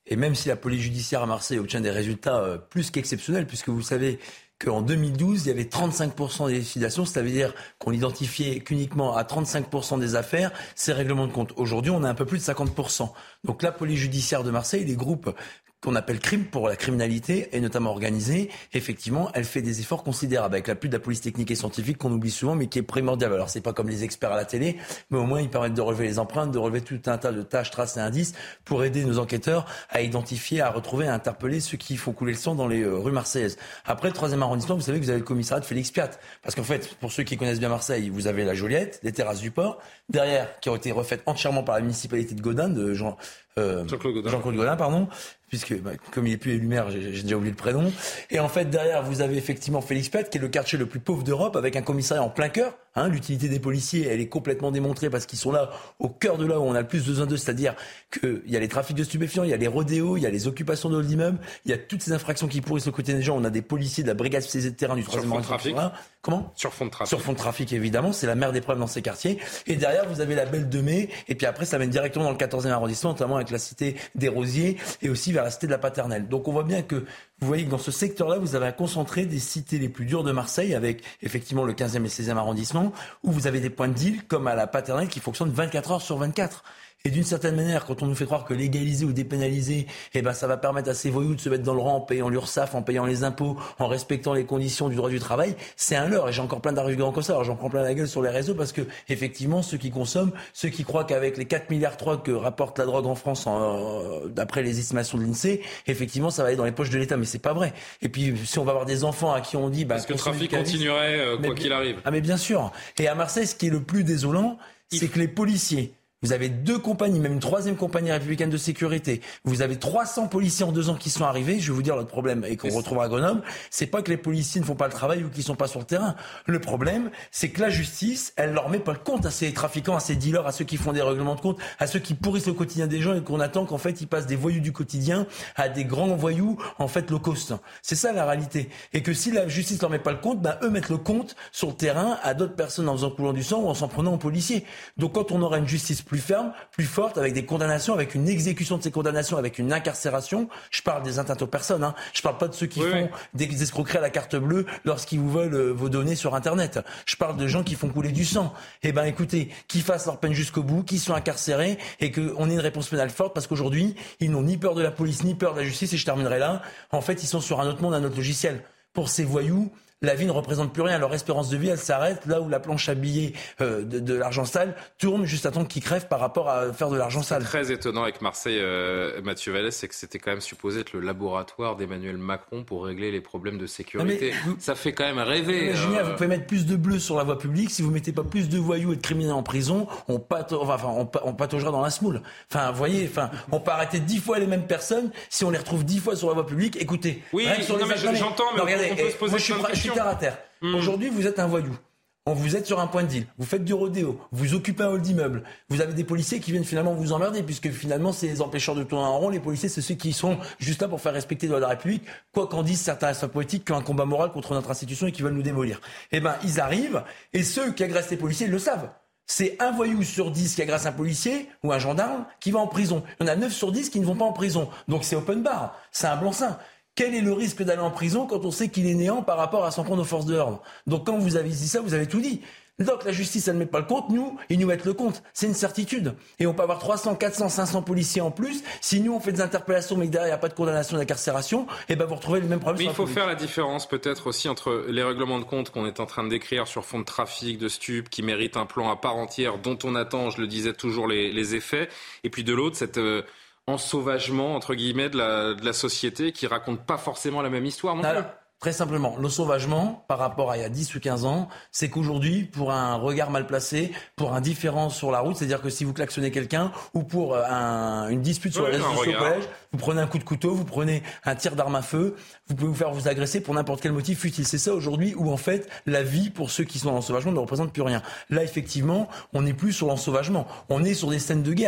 Et même si la police judiciaire à Marseille obtient des résultats plus qu'exceptionnels, puisque vous savez qu'en 2012, il y avait 35% des liquidations, c'est-à-dire qu'on identifiait qu'uniquement à 35% des affaires ces règlements de compte. Aujourd'hui, on a un peu plus de 50%. Donc la police judiciaire de Marseille, les groupes qu'on appelle crime pour la criminalité, et notamment organisée, effectivement, elle fait des efforts considérables avec l'appui de la police technique et scientifique qu'on oublie souvent, mais qui est primordial. Alors, c'est pas comme les experts à la télé, mais au moins, ils permettent de relever les empreintes, de relever tout un tas de tâches, traces et indices pour aider nos enquêteurs à identifier, à retrouver, à interpeller ceux qui font couler le sang dans les rues marseillaises. Après, le 3e arrondissement, vous savez que vous avez le commissariat de Félix Piat. Parce qu'en fait, pour ceux qui connaissent bien Marseille, vous avez la Joliette, les terrasses du port, derrière, qui ont été refaites entièrement par la municipalité de Gaudin, de Jean-Claude Gaudin, pardon, puisque comme il est plus élu maire, j'ai déjà oublié le prénom. Et en fait, derrière, vous avez effectivement Félix Piat, qui est le quartier le plus pauvre d'Europe, avec un commissariat en plein cœur. L'utilité des policiers, elle est complètement démontrée parce qu'ils sont là, au cœur de là où on a le plus besoin d'eux, c'est-à-dire qu'il y a les trafics de stupéfiants, il y a les rodéos, il y a les occupations de halls d'immeubles, il y a toutes ces infractions qui pourrissent le quotidien des gens. On a des policiers de la brigade spécialisée de terrain du 3e arrondissement. Comment ? Sur fond de trafic. Sur fond de trafic, évidemment. C'est la mère des preuves dans ces quartiers. Et derrière, vous avez la Belle de Mai. Et puis après, ça mène directement dans le 14e arrondissement, notamment avec la cité des Rosiers et aussi vers la cité de la Paternelle. Donc on voit bien que vous voyez que dans ce secteur-là, vous avez un concentré des cités les plus dures de Marseille, avec effectivement le 15e et 16e arrondissement, où vous avez des points de deal, comme à la Paternelle, qui fonctionnent 24 heures sur 24. Et d'une certaine manière, quand on nous fait croire que légaliser ou dépénaliser, ça va permettre à ces voyous de se mettre dans le rang en payant l'URSSAF, en payant les impôts, en respectant les conditions du droit du travail, c'est un leurre. Et j'ai encore plein d'arguments comme ça. Alors j'en prends plein la gueule sur les réseaux parce que, effectivement, ceux qui consomment, ceux qui croient qu'avec les 4,3 milliards que rapporte la drogue en France, d'après les estimations de l'INSEE, effectivement, ça va aller dans les poches de l'État. Mais c'est pas vrai. Et puis, si on va avoir des enfants à qui on dit, parce que le trafic continuerait, quoi qu'il arrive. Ah, mais bien sûr. Et à Marseille, ce qui est le plus désolant, c'est que les policiers, vous avez 2 compagnies, même une 3e compagnie républicaine de sécurité. Vous avez 300 policiers en 2 ans qui sont arrivés. Je vais vous dire l'autre problème et qu'on retrouvera à Grenoble. C'est pas que les policiers ne font pas le travail ou qu'ils sont pas sur le terrain. Le problème, c'est que la justice, elle leur met pas le compte à ces trafiquants, à ces dealers, à ceux qui font des règlements de compte, à ceux qui pourrissent le quotidien des gens et qu'on attend qu'en fait ils passent des voyous du quotidien à des grands voyous, en fait, low cost. C'est ça la réalité. Et que si la justice leur met pas le compte, eux mettent le compte sur le terrain à d'autres personnes en faisant couler du sang ou en s'en prenant aux policiers. Donc quand on aura une justice plus ferme, plus forte, avec des condamnations, avec une exécution de ces condamnations, avec une incarcération. Je parle des atteintes aux personnes. Je parle pas de ceux qui font des escroqueries à la carte bleue lorsqu'ils vous volent vos données sur Internet. Je parle de gens qui font couler du sang. Écoutez, qu'ils fassent leur peine jusqu'au bout, qu'ils soient incarcérés et qu'on ait une réponse pénale forte parce qu'aujourd'hui, ils n'ont ni peur de la police, ni peur de la justice. Et je terminerai là. En fait, ils sont sur un autre monde, un autre logiciel. Pour ces voyous, la vie ne représente plus rien. Leur espérance de vie, elle s'arrête là où la planche à billets de l'argent sale tourne juste à temps qu'ils crèvent par rapport à faire de l'argent sale. Très étonnant avec Marseille, Mathieu Vallès, c'est que c'était quand même supposé être le laboratoire d'Emmanuel Macron pour régler les problèmes de sécurité. Ça fait quand même rêver. Julien, vous pouvez mettre plus de bleus sur la voie publique. Si vous mettez pas plus de voyous et de criminels en prison, on pataugera dans la semoule. Vous voyez, on peut arrêter 10 fois les mêmes personnes si on les retrouve 10 fois sur la voie publique. Écoutez, j'entends, mais regardez, on peut se poser plein de questions. Terre à terre. Aujourd'hui, vous êtes un voyou. Vous êtes sur un point de deal. Vous faites du rodéo. Vous occupez un hall d'immeuble. Vous avez des policiers qui viennent finalement vous emmerder puisque finalement, c'est les empêcheurs de tourner en rond. Les policiers, c'est ceux qui sont juste là pour faire respecter les lois de la République. Quoi qu'en disent certains responsables politiques qui ont un combat moral contre notre institution et qui veulent nous démolir. Ils arrivent et ceux qui agressent les policiers, ils le savent. C'est un voyou sur 10 qui agresse un policier ou un gendarme qui va en prison. Il y en a 9 sur 10 qui ne vont pas en prison. Donc c'est open bar. C'est un blanc-seing. Quel est le risque d'aller en prison quand on sait qu'il est néant par rapport à s'en prendre aux forces de l'ordre ? Donc quand vous avez dit ça, vous avez tout dit. Donc la justice, elle ne met pas le compte, ils nous mettent le compte. C'est une certitude. Et on peut avoir 300, 400, 500 policiers en plus. Si nous, on fait des interpellations, mais que derrière, il n'y a pas de condamnation d'incarcération, vous retrouvez le même problème. Mais il faut faire la différence peut-être aussi entre les règlements de compte qu'on est en train de décrire sur fond de trafic, de stupes, qui méritent un plan à part entière, dont on attend, je le disais, toujours les effets. Et puis de l'autre, cette ensauvagement, entre guillemets, de la société qui raconte pas forcément la même histoire non plus. Très simplement, l'ensauvagement par rapport à il y a 10 ou 15 ans, c'est qu'aujourd'hui, pour un regard mal placé, pour un différent sur la route, c'est-à-dire que si vous klaxonnez quelqu'un ou pour une dispute sur les réseaux sociaux au collège, vous prenez un coup de couteau, vous prenez un tir d'arme à feu, vous pouvez vous agresser pour n'importe quel motif futile. C'est ça aujourd'hui où en fait la vie pour ceux qui sont dans l'ensauvagement ne représente plus rien. Là effectivement, on n'est plus sur l'ensauvagement, on est sur des scènes de guerre.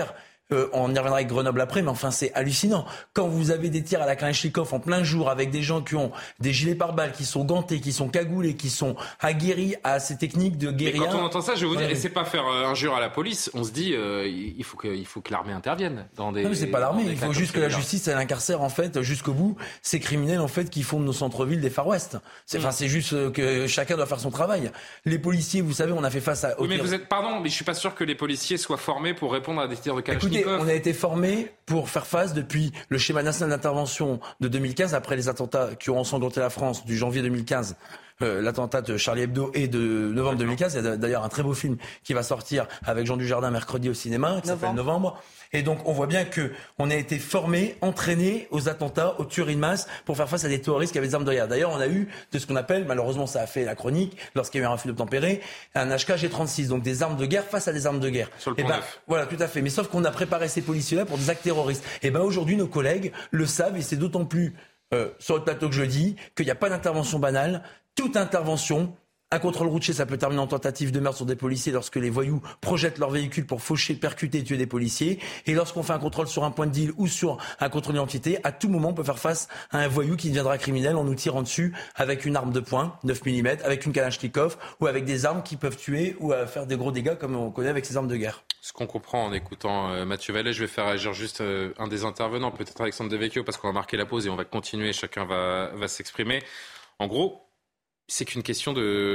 on y reviendra avec Grenoble après, mais enfin c'est hallucinant. Quand vous avez des tirs à la Kalachnikov en plein jour avec des gens qui ont des gilets pare-balles, qui sont gantés, qui sont cagoulés, qui sont aguerris à ces techniques de guérilla. Et quand on entend ça, je vais vous dire, et c'est pas faire injure à la police, on se dit il faut que l'armée intervienne dans des. Non, mais c'est pas l'armée, il faut juste que la justice elle incarcère en fait jusqu'au bout ces criminels en fait qui font de nos centres-villes des Far West. C'est juste que chacun doit faire son travail. Les policiers, vous savez, on a fait face à. Oui, mais mais je suis pas sûr que les policiers soient formés pour répondre à des tirs de Kalachnikov. Écoutez, on a été formés pour faire face depuis le schéma national d'intervention de 2015, après les attentats qui ont ensanglanté la France du janvier 2015. L'attentat de Charlie Hebdo et de novembre 2015. Il y a d'ailleurs un très beau film qui va sortir avec Jean Dujardin mercredi au cinéma, qui s'appelle Novembre. Et donc, on voit bien que on a été formés, entraînés aux attentats, aux tueries de masse pour faire face à des terroristes qui avaient des armes de guerre. D'ailleurs, on a eu de ce qu'on appelle, malheureusement, ça a fait la chronique, lorsqu'il y a eu un refus d'obtempérer, un HK-G36, donc des armes de guerre face à des armes de guerre. Sur le Pont Neuf. Voilà, tout à fait. Mais sauf qu'on a préparé ces policiers-là pour des actes terroristes. Et aujourd'hui, nos collègues le savent, et c'est d'autant plus sur le plateau que je le dis, qu'il n'y a pas d'intervention banale. Toute intervention, un contrôle routier, ça peut terminer en tentative de meurtre sur des policiers lorsque les voyous projettent leur véhicule pour faucher, percuter et tuer des policiers. Et lorsqu'on fait un contrôle sur un point de deal ou sur un contrôle d'identité, à tout moment, on peut faire face à un voyou qui deviendra criminel en nous tirant dessus avec une arme de poing, 9 mm, avec une Kalachnikov ou avec des armes qui peuvent tuer ou faire des gros dégâts comme on connaît avec ces armes de guerre. Ce qu'on comprend en écoutant Mathieu Vallet, je vais faire réagir juste un des intervenants, peut-être Alexandre Devecchio, parce qu'on va marquer la pause et on va continuer, chacun va s'exprimer. En gros, c'est qu'une question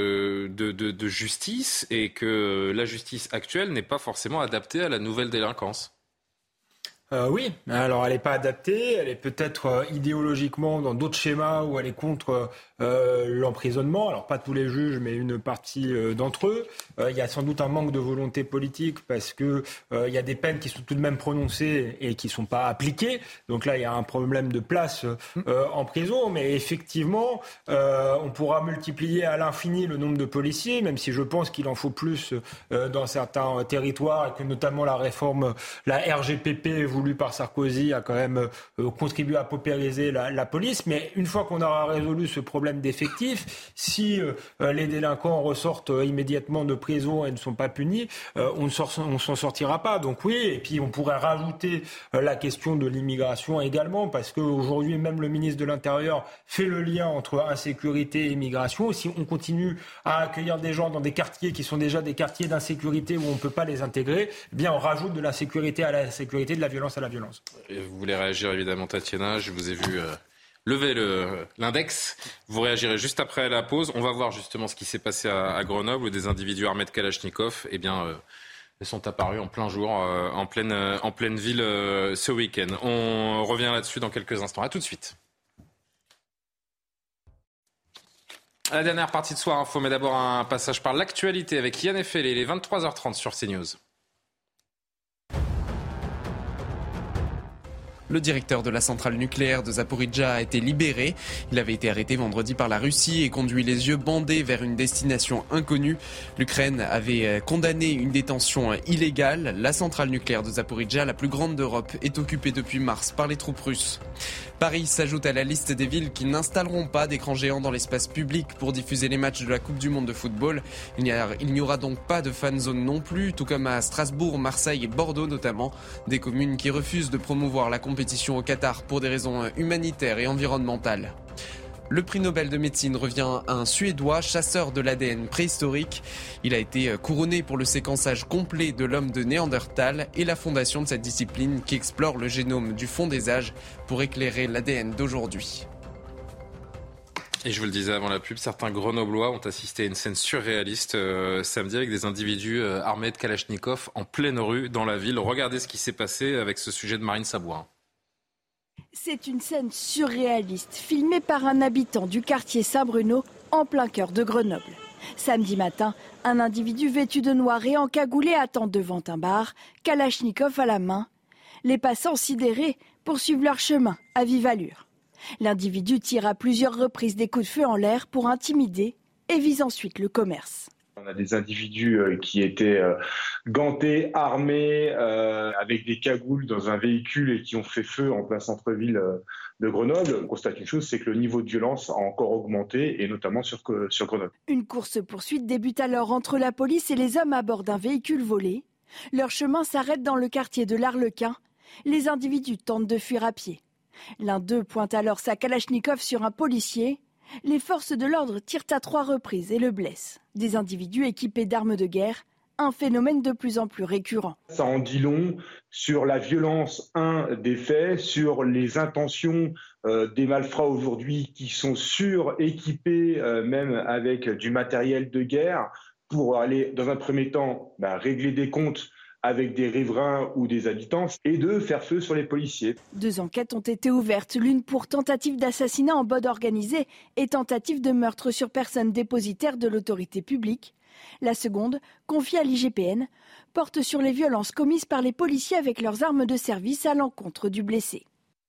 de justice et que la justice actuelle n'est pas forcément adaptée à la nouvelle délinquance. Oui, alors elle n'est pas adaptée, elle est peut-être idéologiquement dans d'autres schémas où elle est contre l'emprisonnement. Alors pas tous les juges, mais une partie d'entre eux. Il y a sans doute un manque de volonté politique parce que il y a des peines qui sont tout de même prononcées et qui ne sont pas appliquées. Donc là, il y a un problème de place en prison. Mais effectivement, on pourra multiplier à l'infini le nombre de policiers, même si je pense qu'il en faut plus dans certains territoires et que notamment la réforme, la RGPP voulue par Sarkozy a quand même contribué à paupériser la police. Mais une fois qu'on aura résolu ce problème d'effectifs, si les délinquants ressortent immédiatement de prison et ne sont pas punis, on s'en sortira pas. Donc oui, et puis on pourrait rajouter la question de l'immigration également, parce qu'aujourd'hui même le ministre de l'Intérieur fait le lien entre insécurité et immigration. Si on continue à accueillir des gens dans des quartiers qui sont déjà des quartiers d'insécurité où on ne peut pas les intégrer, eh bien on rajoute de l'insécurité à l'insécurité, de la violence à la violence. Et vous voulez réagir évidemment, Tatiana, je vous ai vu lever l'index. Vous réagirez juste après la pause. On va voir justement ce qui s'est passé à Grenoble où des individus armés de Kalachnikov sont apparus en plein jour, en pleine ville ce week-end. On revient là-dessus dans quelques instants. À tout de suite. À la dernière partie de Soir Info, mais d'abord un passage par l'actualité avec Yann Effelé. Il est 23h30 sur CNews. Le directeur de la centrale nucléaire de Zaporijjia a été libéré. Il avait été arrêté vendredi par la Russie et conduit les yeux bandés vers une destination inconnue. L'Ukraine avait condamné une détention illégale. La centrale nucléaire de Zaporijjia, la plus grande d'Europe, est occupée depuis mars par les troupes russes. Paris s'ajoute à la liste des villes qui n'installeront pas d'écran géant dans l'espace public pour diffuser les matchs de la Coupe du Monde de football. Il n'y aura donc pas de fan zone non plus, tout comme à Strasbourg, Marseille et Bordeaux notamment. Des communes qui refusent de promouvoir la compétition au Qatar pour des raisons humanitaires et environnementales. Le prix Nobel de médecine revient à un Suédois, chasseur de l'ADN préhistorique. Il a été couronné pour le séquençage complet de l'homme de Néandertal et la fondation de cette discipline qui explore le génome du fond des âges pour éclairer l'ADN d'aujourd'hui. Et je vous le disais avant la pub, certains Grenoblois ont assisté à une scène surréaliste samedi avec des individus armés de Kalachnikov en pleine rue dans la ville. Regardez ce qui s'est passé avec ce sujet de Marine Sabourin. C'est une scène surréaliste, filmée par un habitant du quartier Saint-Bruno, en plein cœur de Grenoble. Samedi matin, un individu vêtu de noir et encagoulé attend devant un bar, Kalachnikov à la main. Les passants sidérés poursuivent leur chemin à vive allure. L'individu tire à plusieurs reprises des coups de feu en l'air pour intimider et vise ensuite le commerce. On a des individus qui étaient gantés, armés, avec des cagoules dans un véhicule et qui ont fait feu en plein centre-ville de Grenoble. On constate une chose, c'est que le niveau de violence a encore augmenté, et notamment sur Grenoble. Une course-poursuite débute alors entre la police et les hommes à bord d'un véhicule volé. Leur chemin s'arrête dans le quartier de l'Arlequin. Les individus tentent de fuir à pied. L'un d'eux pointe alors sa kalachnikov sur un policier. Les forces de l'ordre tirent à 3 reprises et le blessent. Des individus équipés d'armes de guerre, un phénomène de plus en plus récurrent. Ça en dit long sur la violence, des faits, sur les intentions des malfrats aujourd'hui qui sont suréquipés, même avec du matériel de guerre, pour aller, dans un premier temps, régler des comptes avec des riverains ou des habitants, et de faire feu sur les policiers. 2 enquêtes ont été ouvertes, l'une pour tentative d'assassinat en bande organisée et tentative de meurtre sur personne dépositaire de l'autorité publique. La seconde, confiée à l'IGPN, porte sur les violences commises par les policiers avec leurs armes de service à l'encontre du blessé.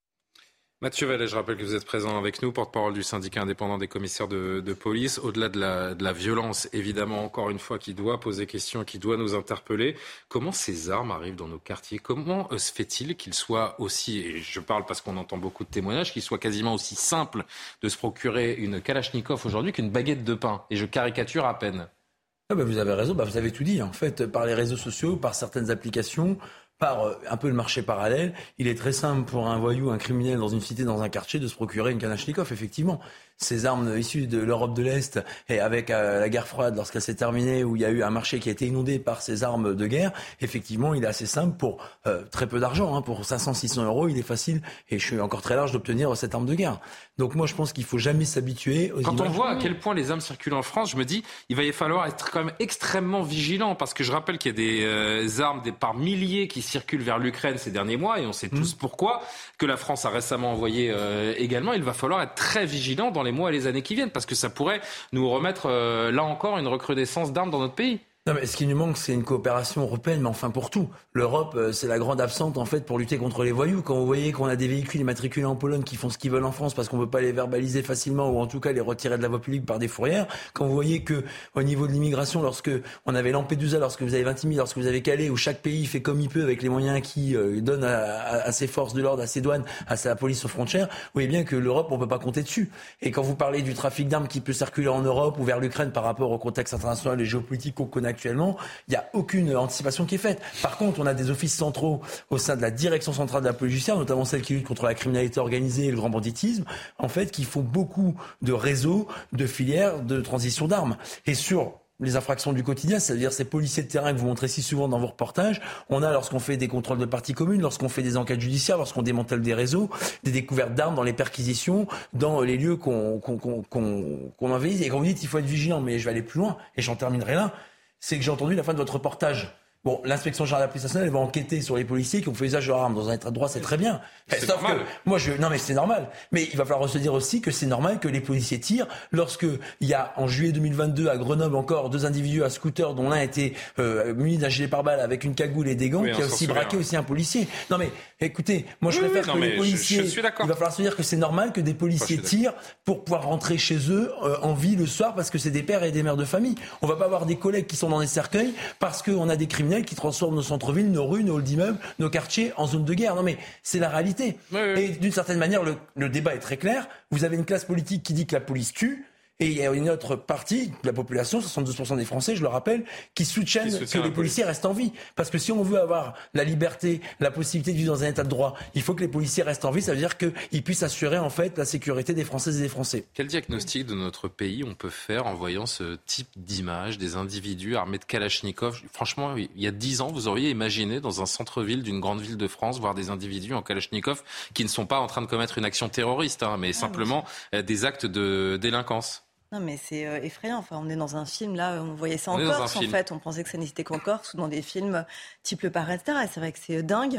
Mathieu Vallet, je rappelle que vous êtes présent avec nous, porte-parole du syndicat indépendant des commissaires de police. Au-delà de la violence, évidemment, encore une fois, qui doit poser question, qui doit nous interpeller, comment ces armes arrivent dans nos quartiers ? Comment se fait-il qu'ils soient aussi, et je parle parce qu'on entend beaucoup de témoignages, qu'il soit quasiment aussi simple de se procurer une kalachnikov aujourd'hui qu'une baguette de pain ? Et je caricature à peine. Vous avez raison, vous avez tout dit. En fait, par les réseaux sociaux, par certaines applications, par un peu le marché parallèle, il est très simple pour un voyou, un criminel dans une cité, dans un quartier, de se procurer une kalachnikov, effectivement. Ces armes issues de l'Europe de l'Est, et avec la guerre froide, lorsqu'elle s'est terminée, où il y a eu un marché qui a été inondé par ces armes de guerre, effectivement, il est assez simple pour très peu d'argent. Pour 500-600 euros, il est facile, et je suis encore très large, d'obtenir cette arme de guerre. Donc moi, je pense qu'il ne faut jamais s'habituer aux images. Quand on voit à quel point les armes circulent en France, je me dis, il va y falloir être quand même extrêmement vigilant, parce que je rappelle qu'il y a des armes par milliers qui circulent vers l'Ukraine ces derniers mois, et on sait tous pourquoi, que la France a récemment envoyé également. Il va falloir être très vigilant dans les mois et les années qui viennent, parce que ça pourrait nous remettre, là encore, une recrudescence d'armes dans notre pays. Non, mais ce qui nous manque, c'est une coopération européenne, mais enfin pour tout. L'Europe, c'est la grande absente, en fait, pour lutter contre les voyous. Quand vous voyez qu'on a des véhicules immatriculés en Pologne qui font ce qu'ils veulent en France parce qu'on ne peut pas les verbaliser facilement, ou en tout cas les retirer de la voie publique par des fourrières. Quand vous voyez que, au niveau de l'immigration, lorsque on avait Lampedusa, lorsque vous avez Vintimille, lorsque vous avez Calais, où chaque pays fait comme il peut avec les moyens qu'il donne à ses forces de l'ordre, à ses douanes, à sa police aux frontières, vous voyez bien que l'Europe, on ne peut pas compter dessus. Et quand vous parlez du trafic d'armes qui peut circuler en Europe ou vers l'Ukraine par rapport au contexte international et géopolitique qu'on connaît actuellement, il n'y a aucune anticipation qui est faite. Par contre, on a des offices centraux au sein de la direction centrale de la police judiciaire, notamment celle qui lutte contre la criminalité organisée et le grand banditisme, en fait, qui font beaucoup de réseaux, de filières, de transition d'armes. Et sur les infractions du quotidien, c'est-à-dire ces policiers de terrain que vous montrez si souvent dans vos reportages, on a, lorsqu'on fait des contrôles de parties communes, lorsqu'on fait des enquêtes judiciaires, lorsqu'on démantèle des réseaux, des découvertes d'armes dans les perquisitions, dans les lieux qu'on envahit. Et quand vous dites qu'il faut être vigilant, mais je vais aller plus loin, et j'en terminerai là, c'est que j'ai entendu la fin de votre reportage. Bon, l'inspection générale de la police nationale, elle va enquêter sur les policiers qui ont fait usage de leurs armes dans un état de droit, c'est très bien. C'est normal. Non mais c'est normal. Mais il va falloir se dire aussi que c'est normal que les policiers tirent lorsque il y a, en juillet 2022, à Grenoble encore, 2 individus à scooter dont l'un était muni d'un gilet pare-balles avec une cagoule et des gants, qui a aussi braqué aussi un policier. Non mais, écoutez, moi je préfère que les policiers, il va falloir se dire que c'est normal que des policiers tirent pour pouvoir rentrer chez eux en vie le soir parce que c'est des pères et des mères de famille. On va pas avoir des collègues qui sont dans des cercueils parce qu'on a des criminels qui transforment nos centres-villes, nos rues, nos halls d'immeubles, nos quartiers en zone de guerre. Non mais c'est la réalité. Oui. Et d'une certaine manière, le débat est très clair. Vous avez une classe politique qui dit que la police tue. Et il y a une autre partie de la population, 72% des Français, je le rappelle, qui soutiennent que les policiers restent en vie. Parce que si on veut avoir la liberté, la possibilité de vivre dans un état de droit, il faut que les policiers restent en vie. Ça veut dire qu'ils puissent assurer en fait la sécurité des Françaises et des Français. Quel diagnostic de notre pays on peut faire en voyant ce type d'image des individus armés de Kalachnikov ? Franchement, il y a 10 ans, vous auriez imaginé dans un centre-ville d'une grande ville de France voir des individus en Kalachnikov qui ne sont pas en train de commettre une action terroriste, mais simplement des actes de délinquance. Non mais c'est effrayant, enfin on est dans un film là, on voyait ça en Corse en fait, on pensait que ça n'existait qu'en Corse ou dans des films type Le Parrain, etc. Et c'est vrai que c'est dingue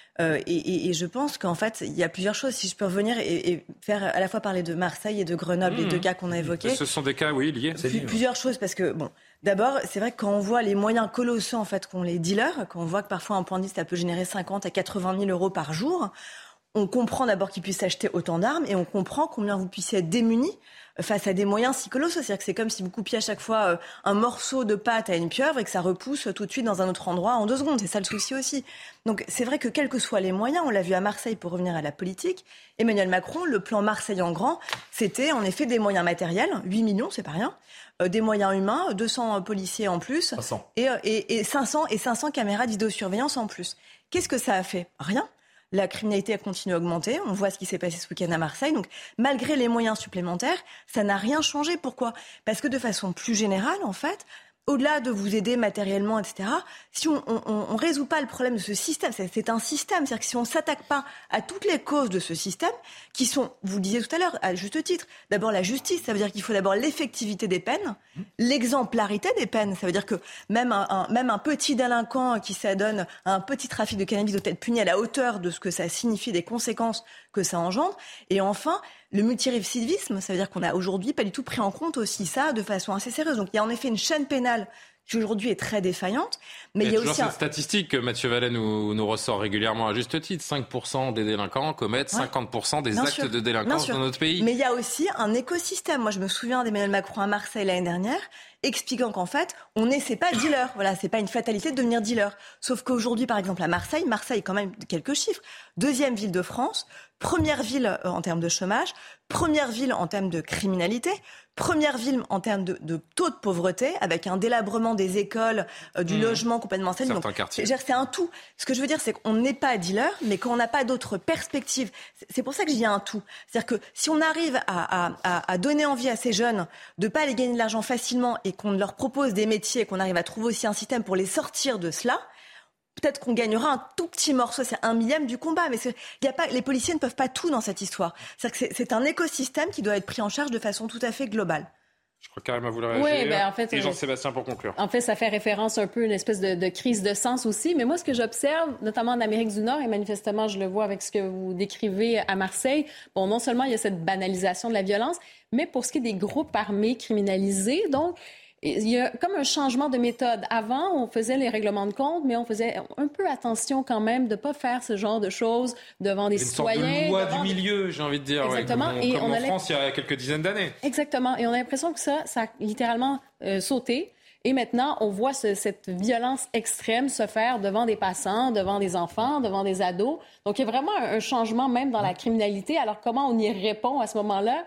et je pense qu'en fait il y a plusieurs choses, si je peux revenir et faire à la fois parler de Marseille et de Grenoble, les 2 cas qu'on a évoqués. Ce sont des cas, oui, liés. Plusieurs choses parce que bon, d'abord c'est vrai que quand on voit les moyens colossaux en fait qu'ont les dealers, quand on voit que parfois un point de vue ça peut générer 50 à 80 000 euros par jour, on comprend d'abord qu'ils puissent acheter autant d'armes et on comprend combien vous puissiez être démunis face à des moyens si colossaux. C'est-à-dire que c'est comme si vous coupiez à chaque fois un morceau de pâte à une pieuvre et que ça repousse tout de suite dans un autre endroit en 2 secondes. C'est ça le souci aussi. Donc c'est vrai que quels que soient les moyens, on l'a vu à Marseille pour revenir à la politique, Emmanuel Macron, le plan Marseille en grand, c'était en effet des moyens matériels, 8 millions, c'est pas rien, des moyens humains, 200 policiers en plus, 500. Et 500 caméras de vidéosurveillance en plus. Qu'est-ce que ça a fait ? Rien. La criminalité a continué à augmenter. On voit ce qui s'est passé ce week-end à Marseille. Donc, malgré les moyens supplémentaires, ça n'a rien changé. Pourquoi ? Parce que de façon plus générale, en fait, au-delà de vous aider matériellement, etc., si on ne résout pas le problème de ce système, c'est un système, c'est-à-dire que si on ne s'attaque pas à toutes les causes de ce système, qui sont, vous le disiez tout à l'heure, à juste titre, d'abord la justice, ça veut dire qu'il faut d'abord l'effectivité des peines, l'exemplarité des peines, ça veut dire que même un petit délinquant qui s'adonne à un petit trafic de cannabis doit être puni à la hauteur de ce que ça signifie, des conséquences que ça engendre, et enfin, le multirécidivisme, ça veut dire qu'on n'a aujourd'hui pas du tout pris en compte aussi ça de façon assez sérieuse. Donc il y a en effet une chaîne pénale qui aujourd'hui est très défaillante. Mais il y a aussi cette statistique que Mathieu Vallet nous ressort régulièrement à juste titre. 5% des délinquants commettent 50% des actes de délinquance dans notre pays. Mais il y a aussi un écosystème. Moi, je me souviens d'Emmanuel Macron à Marseille l'année dernière, expliquant qu'en fait, c'est pas dealer. Voilà, c'est pas une fatalité de devenir dealer. Sauf qu'aujourd'hui, par exemple, à Marseille, quand même, quelques chiffres. 2e ville de France, 1re ville en termes de chômage, 1re ville en termes de criminalité, 1re ville en termes de taux de pauvreté, avec un délabrement des écoles, du logement complètement sain. Donc, c'est un tout. Ce que je veux dire, c'est qu'on n'est pas dealer, mais qu'on n'a pas d'autres perspectives. C'est pour ça que je dis un tout. C'est-à-dire que si on arrive à donner envie à ces jeunes de ne pas aller gagner de l'argent facilement et qu'on leur propose des métiers et qu'on arrive à trouver aussi un système pour les sortir de cela, peut-être qu'on gagnera un tout petit morceau, c'est 1/1000 du combat, mais les policiers ne peuvent pas tout dans cette histoire. C'est-à-dire que c'est un écosystème qui doit être pris en charge de façon tout à fait globale. Je crois qu'Arima voulait réagir. En fait, et Jean-Sébastien pour conclure. En fait, ça fait référence un peu à une espèce de crise de sens aussi. Mais moi, ce que j'observe, notamment en Amérique du Nord, et manifestement, je le vois avec ce que vous décrivez à Marseille, bon, non seulement il y a cette banalisation de la violence, mais pour ce qui est des groupes armés criminalisés, donc, il y a comme un changement de méthode. Avant, on faisait les règlements de compte, mais on faisait un peu attention quand même de ne pas faire ce genre de choses devant des citoyens. Une sorte de loi du milieu, j'ai envie de dire. Exactement. Ouais, comme en France, il y a quelques dizaines d'années. Exactement. Et on a l'impression que ça a littéralement sauté. Et maintenant, on voit cette violence extrême se faire devant des passants, devant des enfants, devant des ados. Donc, il y a vraiment un changement même dans la criminalité. Alors, comment on y répond à ce moment-là?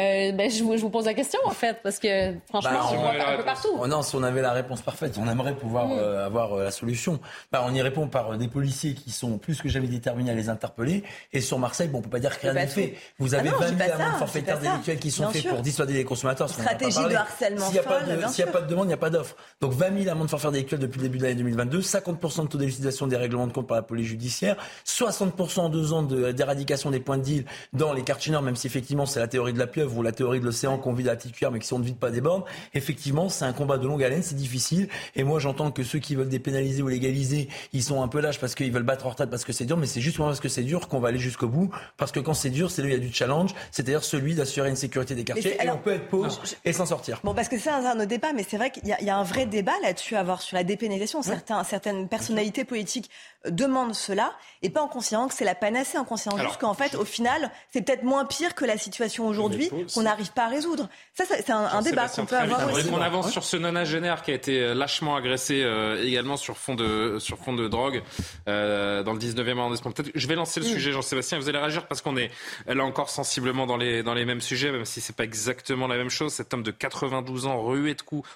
Je vous pose la question, en fait, parce que, franchement, on voit un peu partout. Oh non, si on avait la réponse parfaite, on aimerait pouvoir avoir la solution. On y répond par des policiers qui sont plus que jamais déterminés à les interpeller. Et sur Marseille, on ne peut pas dire que rien n'est fait. Vous avez 20 000 amendes forfaitaires délictuelles qui sont faites pour dissuader les consommateurs. Stratégie de harcèlement folle, s'il n'y a pas de demande, il n'y a pas d'offre. Donc 20 000 amendes forfaitaires délictuelles depuis le début de l'année 2022, 50% de taux d'élucidation des règlements de compte par la police judiciaire, 60% en 2 ans d'éradication des points de deal dans les quartiers nord, même si effectivement c'est la théorie de la ou la théorie de l'océan qu'on vide la petite cuillère mais qui si on ne vide pas des bornes, effectivement c'est un combat de longue haleine, c'est difficile et moi j'entends que ceux qui veulent dépénaliser ou légaliser ils sont un peu lâches parce qu'ils veulent battre en retraite parce que c'est dur, mais c'est justement parce que c'est dur qu'on va aller jusqu'au bout, parce que quand c'est dur c'est là où il y a du challenge, c'est-à-dire celui d'assurer une sécurité des quartiers et on peut être pauvre et s'en sortir. Bon, parce que c'est un autre débat, mais c'est vrai qu'il y a un vrai débat là-dessus à avoir sur la dépénalisation. Certaines personnalités politiques demandent cela et pas en considérant que c'est la panacée, en considérant juste qu'en fait au final c'est peut-être moins pire que la situation aujourd'hui qu'on n'arrive pas à résoudre. Ça, c'est un débat qu'on peut avoir aussi. On avance sur ce nonagénaire qui a été lâchement agressé également sur fond de drogue dans le 19e arrondissement. Peut-être, je vais lancer le sujet, Jean-Sébastien, vous allez réagir parce qu'on est là encore sensiblement dans les mêmes sujets, même si c'est pas exactement la même chose. Cet homme de 92 ans roué de coups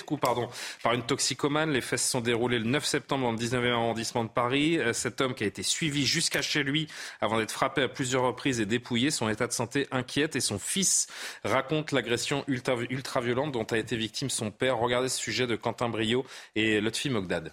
par une toxicomane. Les faits se sont déroulés le 9 septembre dans le 19e arrondissement de Paris. Cet homme qui a été suivi jusqu'à chez lui avant d'être frappé à plusieurs reprises et dépouillé. Son état de santé inquiète et son fils raconte l'agression ultra-violente dont a été victime son père. Regardez ce sujet de Quentin Brio et Lotfi Mogdad.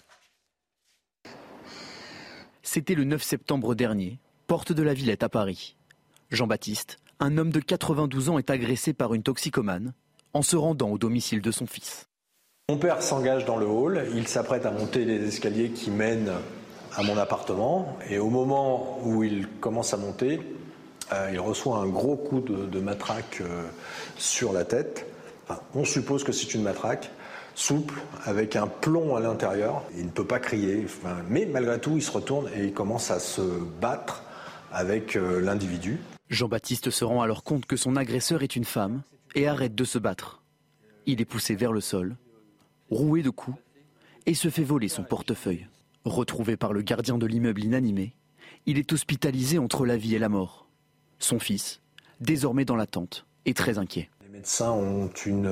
C'était le 9 septembre dernier, porte de la Villette à Paris. Jean-Baptiste, un homme de 92 ans, est agressé par une toxicomane en se rendant au domicile de son fils. Mon père s'engage dans le hall, il s'apprête à monter les escaliers qui mènent à mon appartement et au moment où il commence à monter, il reçoit un gros coup de matraque sur la tête. Enfin, on suppose que c'est une matraque souple avec un plomb à l'intérieur. Il ne peut pas crier, mais malgré tout, il se retourne et il commence à se battre avec l'individu. Jean-Baptiste se rend alors compte que son agresseur est une femme et arrête de se battre. Il est poussé vers le sol, roué de coups, et se fait voler son portefeuille. Retrouvé par le gardien de l'immeuble inanimé, il est hospitalisé entre la vie et la mort. Son fils, désormais dans l'attente, est très inquiet. Les médecins ont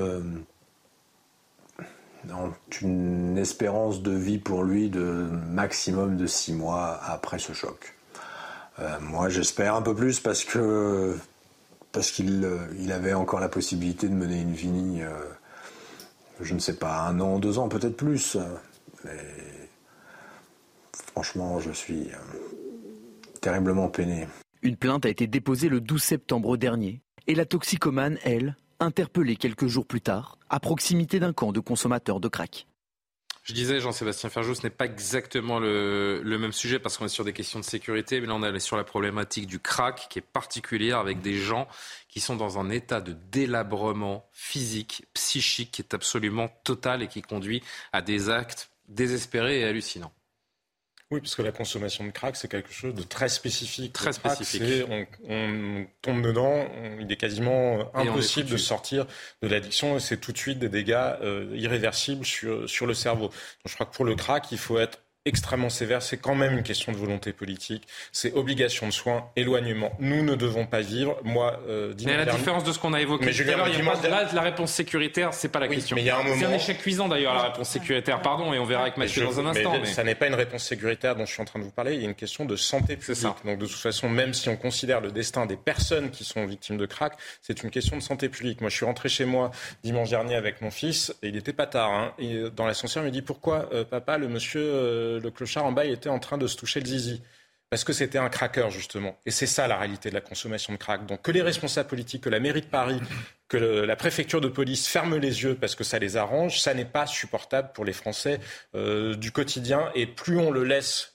une espérance de vie pour lui de maximum de 6 mois après ce choc. Moi, j'espère un peu plus parce qu'il avait encore la possibilité de mener une vie, je ne sais pas, 1 an, 2 ans, peut-être plus. Mais franchement, je suis terriblement peiné. Une plainte a été déposée le 12 septembre dernier et la toxicomane, elle, interpellée quelques jours plus tard, à proximité d'un camp de consommateurs de crack. Je disais, Jean-Sébastien Ferjou, ce n'est pas exactement le même sujet parce qu'on est sur des questions de sécurité, mais là on est sur la problématique du crack qui est particulière avec des gens qui sont dans un état de délabrement physique, psychique qui est absolument total et qui conduit à des actes désespérés et hallucinants. Oui, parce que la consommation de crack, c'est quelque chose de très spécifique. Très spécifique. On tombe dedans, il est quasiment impossible de sortir de l'addiction et c'est tout de suite des dégâts irréversibles sur le cerveau. Donc, je crois que pour le crack, il faut être extrêmement sévère. C'est quand même une question de volonté politique. C'est obligation de soins, éloignement. Nous ne devons pas vivre. Moi, mais à la différence de ce qu'on a évoqué tout à l'heure, là, la réponse sécuritaire, c'est pas la question. Mais il y a un moment... C'est un échec cuisant d'ailleurs, la réponse sécuritaire. Pardon, et on verra avec Mathieu dans un instant. Mais ça n'est pas une réponse sécuritaire dont je suis en train de vous parler. Il y a une question de santé publique. Donc de toute façon, même si on considère le destin des personnes qui sont victimes de crack, c'est une question de santé publique. Moi, je suis rentré chez moi dimanche dernier avec mon fils et il était pas tard. Et dans l'ascenseur, il me dit pourquoi papa, le monsieur, le clochard en bas, il était en train de se toucher le zizi. Parce que c'était un craqueur, justement. Et c'est ça, la réalité de la consommation de crack. Donc, que les responsables politiques, que la mairie de Paris, que la préfecture de police ferment les yeux parce que ça les arrange, ça n'est pas supportable pour les Français du quotidien. Et plus on le laisse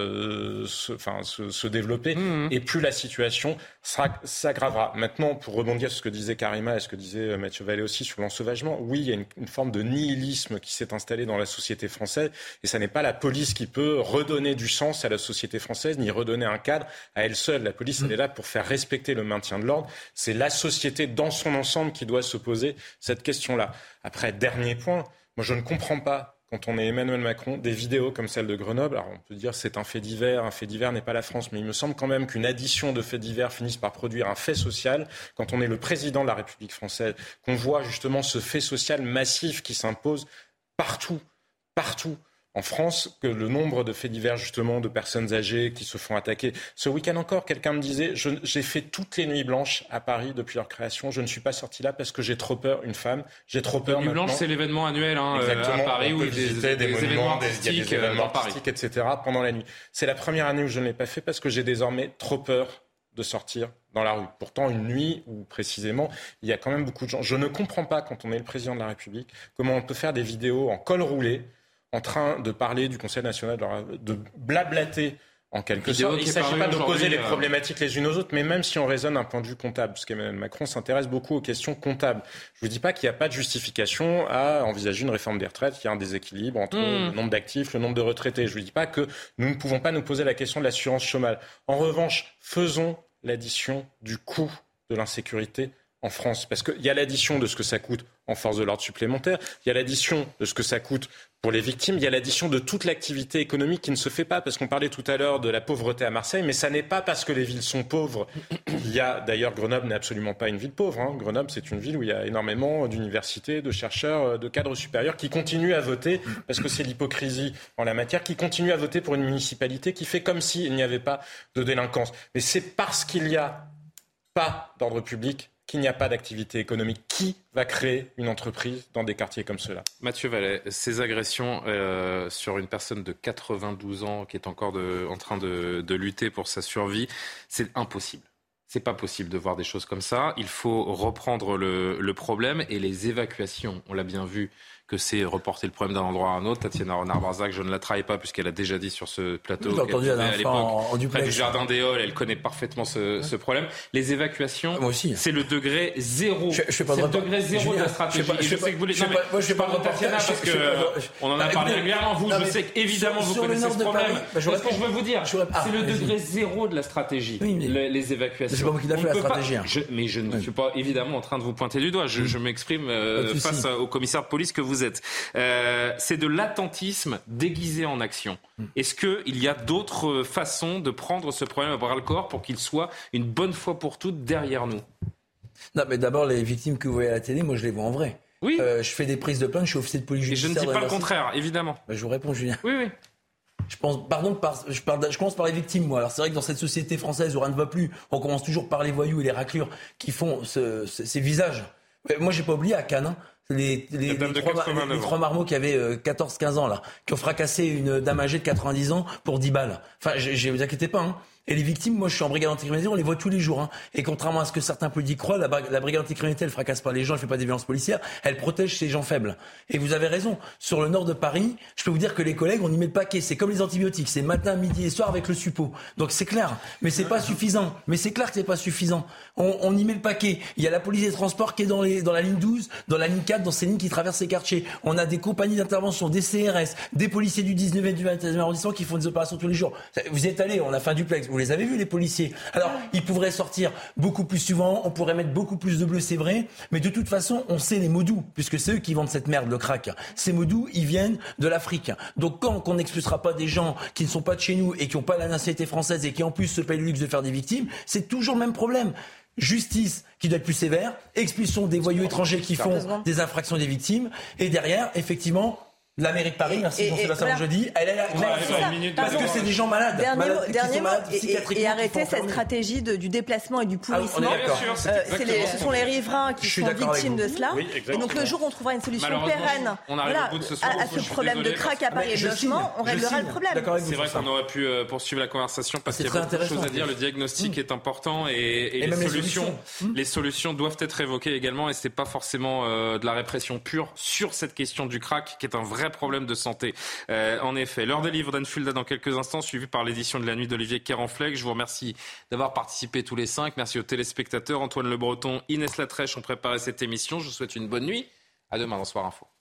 se développer et plus la situation s'aggravera. Maintenant, pour rebondir sur ce que disait Karima et ce que disait Mathieu Vallée aussi sur l'ensauvagement, oui, il y a une forme de nihilisme qui s'est installée dans la société française et ça n'est pas la police qui peut redonner du sens à la société française ni redonner un cadre à elle seule. La police, elle est là pour faire respecter le maintien de l'ordre. C'est la société dans son ensemble qui doit se poser cette question-là. Après, dernier point, moi je ne comprends pas quand on est Emmanuel Macron, des vidéos comme celle de Grenoble. Alors on peut dire que c'est un fait divers n'est pas la France, mais il me semble quand même qu'une addition de faits divers finisse par produire un fait social. Quand on est le président de la République française, qu'on voit justement ce fait social massif qui s'impose partout en France, que le nombre de faits divers justement de personnes âgées qui se font attaquer. Ce week-end encore, quelqu'un me disait, j'ai fait toutes les nuits blanches à Paris depuis leur création, je ne suis pas sorti là parce que j'ai trop peur, une femme, j'ai trop peur maintenant. Les nuits blanches, c'est l'événement annuel à Paris où il y a des événements artistiques, etc. pendant la nuit. C'est la première année où je ne l'ai pas fait parce que j'ai désormais trop peur de sortir dans la rue. Pourtant, une nuit où, précisément, il y a quand même beaucoup de gens. Je ne comprends pas, quand on est le président de la République, comment on peut faire des vidéos en col roulé, en train de parler du Conseil national, de blablater en quelque sorte. Il ne s'agit pas d'opposer les problématiques les unes aux autres, mais même si on raisonne d'un point de vue comptable, parce qu'Emmanuel Macron s'intéresse beaucoup aux questions comptables. Je ne vous dis pas qu'il n'y a pas de justification à envisager une réforme des retraites, qu'il y a un déséquilibre entre le nombre d'actifs, le nombre de retraités. Je ne vous dis pas que nous ne pouvons pas nous poser la question de l'assurance chômage. En revanche, faisons l'addition du coût de l'insécurité en France. Parce qu'il y a l'addition de ce que ça coûte en force de l'ordre supplémentaire, il y a l'addition de ce que ça coûte pour les victimes, il y a l'addition de toute l'activité économique qui ne se fait pas, parce qu'on parlait tout à l'heure de la pauvreté à Marseille, mais ça n'est pas parce que les villes sont pauvres. Il y a, d'ailleurs, Grenoble n'est absolument pas une ville pauvre. Grenoble, c'est une ville où il y a énormément d'universités, de chercheurs, de cadres supérieurs qui continuent à voter, parce que c'est l'hypocrisie en la matière, qui continuent à voter pour une municipalité qui fait comme s'il n'y avait pas de délinquance. Mais c'est parce qu'il n'y a pas d'ordre public qu'il n'y a pas d'activité économique. Qui va créer une entreprise dans des quartiers comme ceux-là ? Mathieu Vallet, ces agressions sur une personne de 92 ans qui est encore en train de lutter pour sa survie, c'est impossible. C'est pas possible de voir des choses comme ça. Il faut reprendre le problème et les évacuations, on l'a bien vu, que c'est reporter le problème d'un endroit à un autre. Tatiana Renard-Barzac, je ne la travaille pas puisqu'elle a déjà dit sur ce plateau à l'époque près du Jardin des Halles, elle connaît parfaitement ce problème. Les évacuations, c'est le degré zéro. Je fais pas de degré zéro de la stratégie. Je sais que vous les... Moi, je fais pas de Tatiana parce qu'on en a parlé régulièrement. Vous, je sais qu'évidemment, vous connaissez ce problème. Ce que je veux vous dire, c'est le degré zéro de la stratégie, les évacuations. C'est pas moi qui l'a fait, la stratégie. Mais je ne suis pas évidemment en train de vous pointer du doigt. Je m'exprime face au commissaire de police que vous êtes. C'est de l'attentisme déguisé en action. Est-ce qu'il y a d'autres façons de prendre ce problème à bras-le-corps pour qu'il soit une bonne fois pour toutes derrière nous? Non, mais d'abord, les victimes que vous voyez à la télé, moi je les vois en vrai. Oui. Je fais des prises de plainte, je suis officier de police judiciaire. Et je ne dis pas le contraire, évidemment. Je vous réponds, Julien. Oui. Je commence par les victimes, moi. Alors c'est vrai que dans cette société française où rien ne va plus, on commence toujours par les voyous et les raclures qui font ces visages. Moi, j'ai pas oublié à Cannes, les trois marmots qui avaient 14-15 ans, là, qui ont fracassé une dame âgée de 90 ans pour 10 balles. Enfin, vous inquiétez pas, hein. Et les victimes, moi je suis en brigade anticriminalité, on les voit tous les jours. Hein. Et contrairement à ce que certains politiques croient, la brigade anticriminalité, elle fracasse pas les gens, elle fait pas des violences policières, elle protège ces gens faibles. Et vous avez raison, sur le nord de Paris, je peux vous dire que les collègues, on y met le paquet. C'est comme les antibiotiques, c'est matin, midi et soir avec le suppôt. Donc c'est clair, mais c'est pas suffisant. Mais c'est clair que c'est pas suffisant. On y met le paquet. Il y a la police des transports qui est dans la ligne 12, dans la ligne 4, dans ces lignes qui traversent les quartiers. On a des compagnies d'intervention, des CRS, des policiers du 19e et du 20e arrondissement qui font des opérations tous les jours. Vous y êtes allés, on a fait un duplex. Vous les avez vus, les policiers? Alors, ils pourraient sortir beaucoup plus souvent, on pourrait mettre beaucoup plus de bleu, c'est vrai, mais de toute façon, on sait les mots doux, puisque c'est eux qui vendent cette merde, le crack. Ces mots doux, ils viennent de l'Afrique. Donc, quand on n'expulsera pas des gens qui ne sont pas de chez nous et qui n'ont pas la nationalité française et qui en plus se payent le luxe de faire des victimes, c'est toujours le même problème. Justice qui doit être plus sévère, expulsion des voyous étrangers qui font des infractions des victimes, et derrière, effectivement, la mairie de Paris, merci, on ça jeudi, elle est là, parce que c'est des gens malades. Dernier mot, et arrêter cette stratégie du déplacement et du pourrissement. Ce sont les riverains qui sont victimes de cela. Et donc le jour où on trouvera une solution pérenne à ce problème de crack à Paris et de logement, on réglera le problème. C'est vrai qu'on aurait pu poursuivre la conversation parce qu'il y a beaucoup de choses à dire. Le diagnostic est important et les solutions doivent être évoquées également. Et c'est pas forcément de la répression pure sur cette question du crack qui est un vrai problème de santé. En effet, l'heure des livres d'Anne Fulda dans quelques instants, suivi par l'édition de la nuit d'Olivier Kéranfleck. Je vous remercie d'avoir participé tous les 5. Merci aux téléspectateurs. Antoine Le Breton, Inès Latrèche ont préparé cette émission. Je vous souhaite une bonne nuit. À demain dans Soir Info.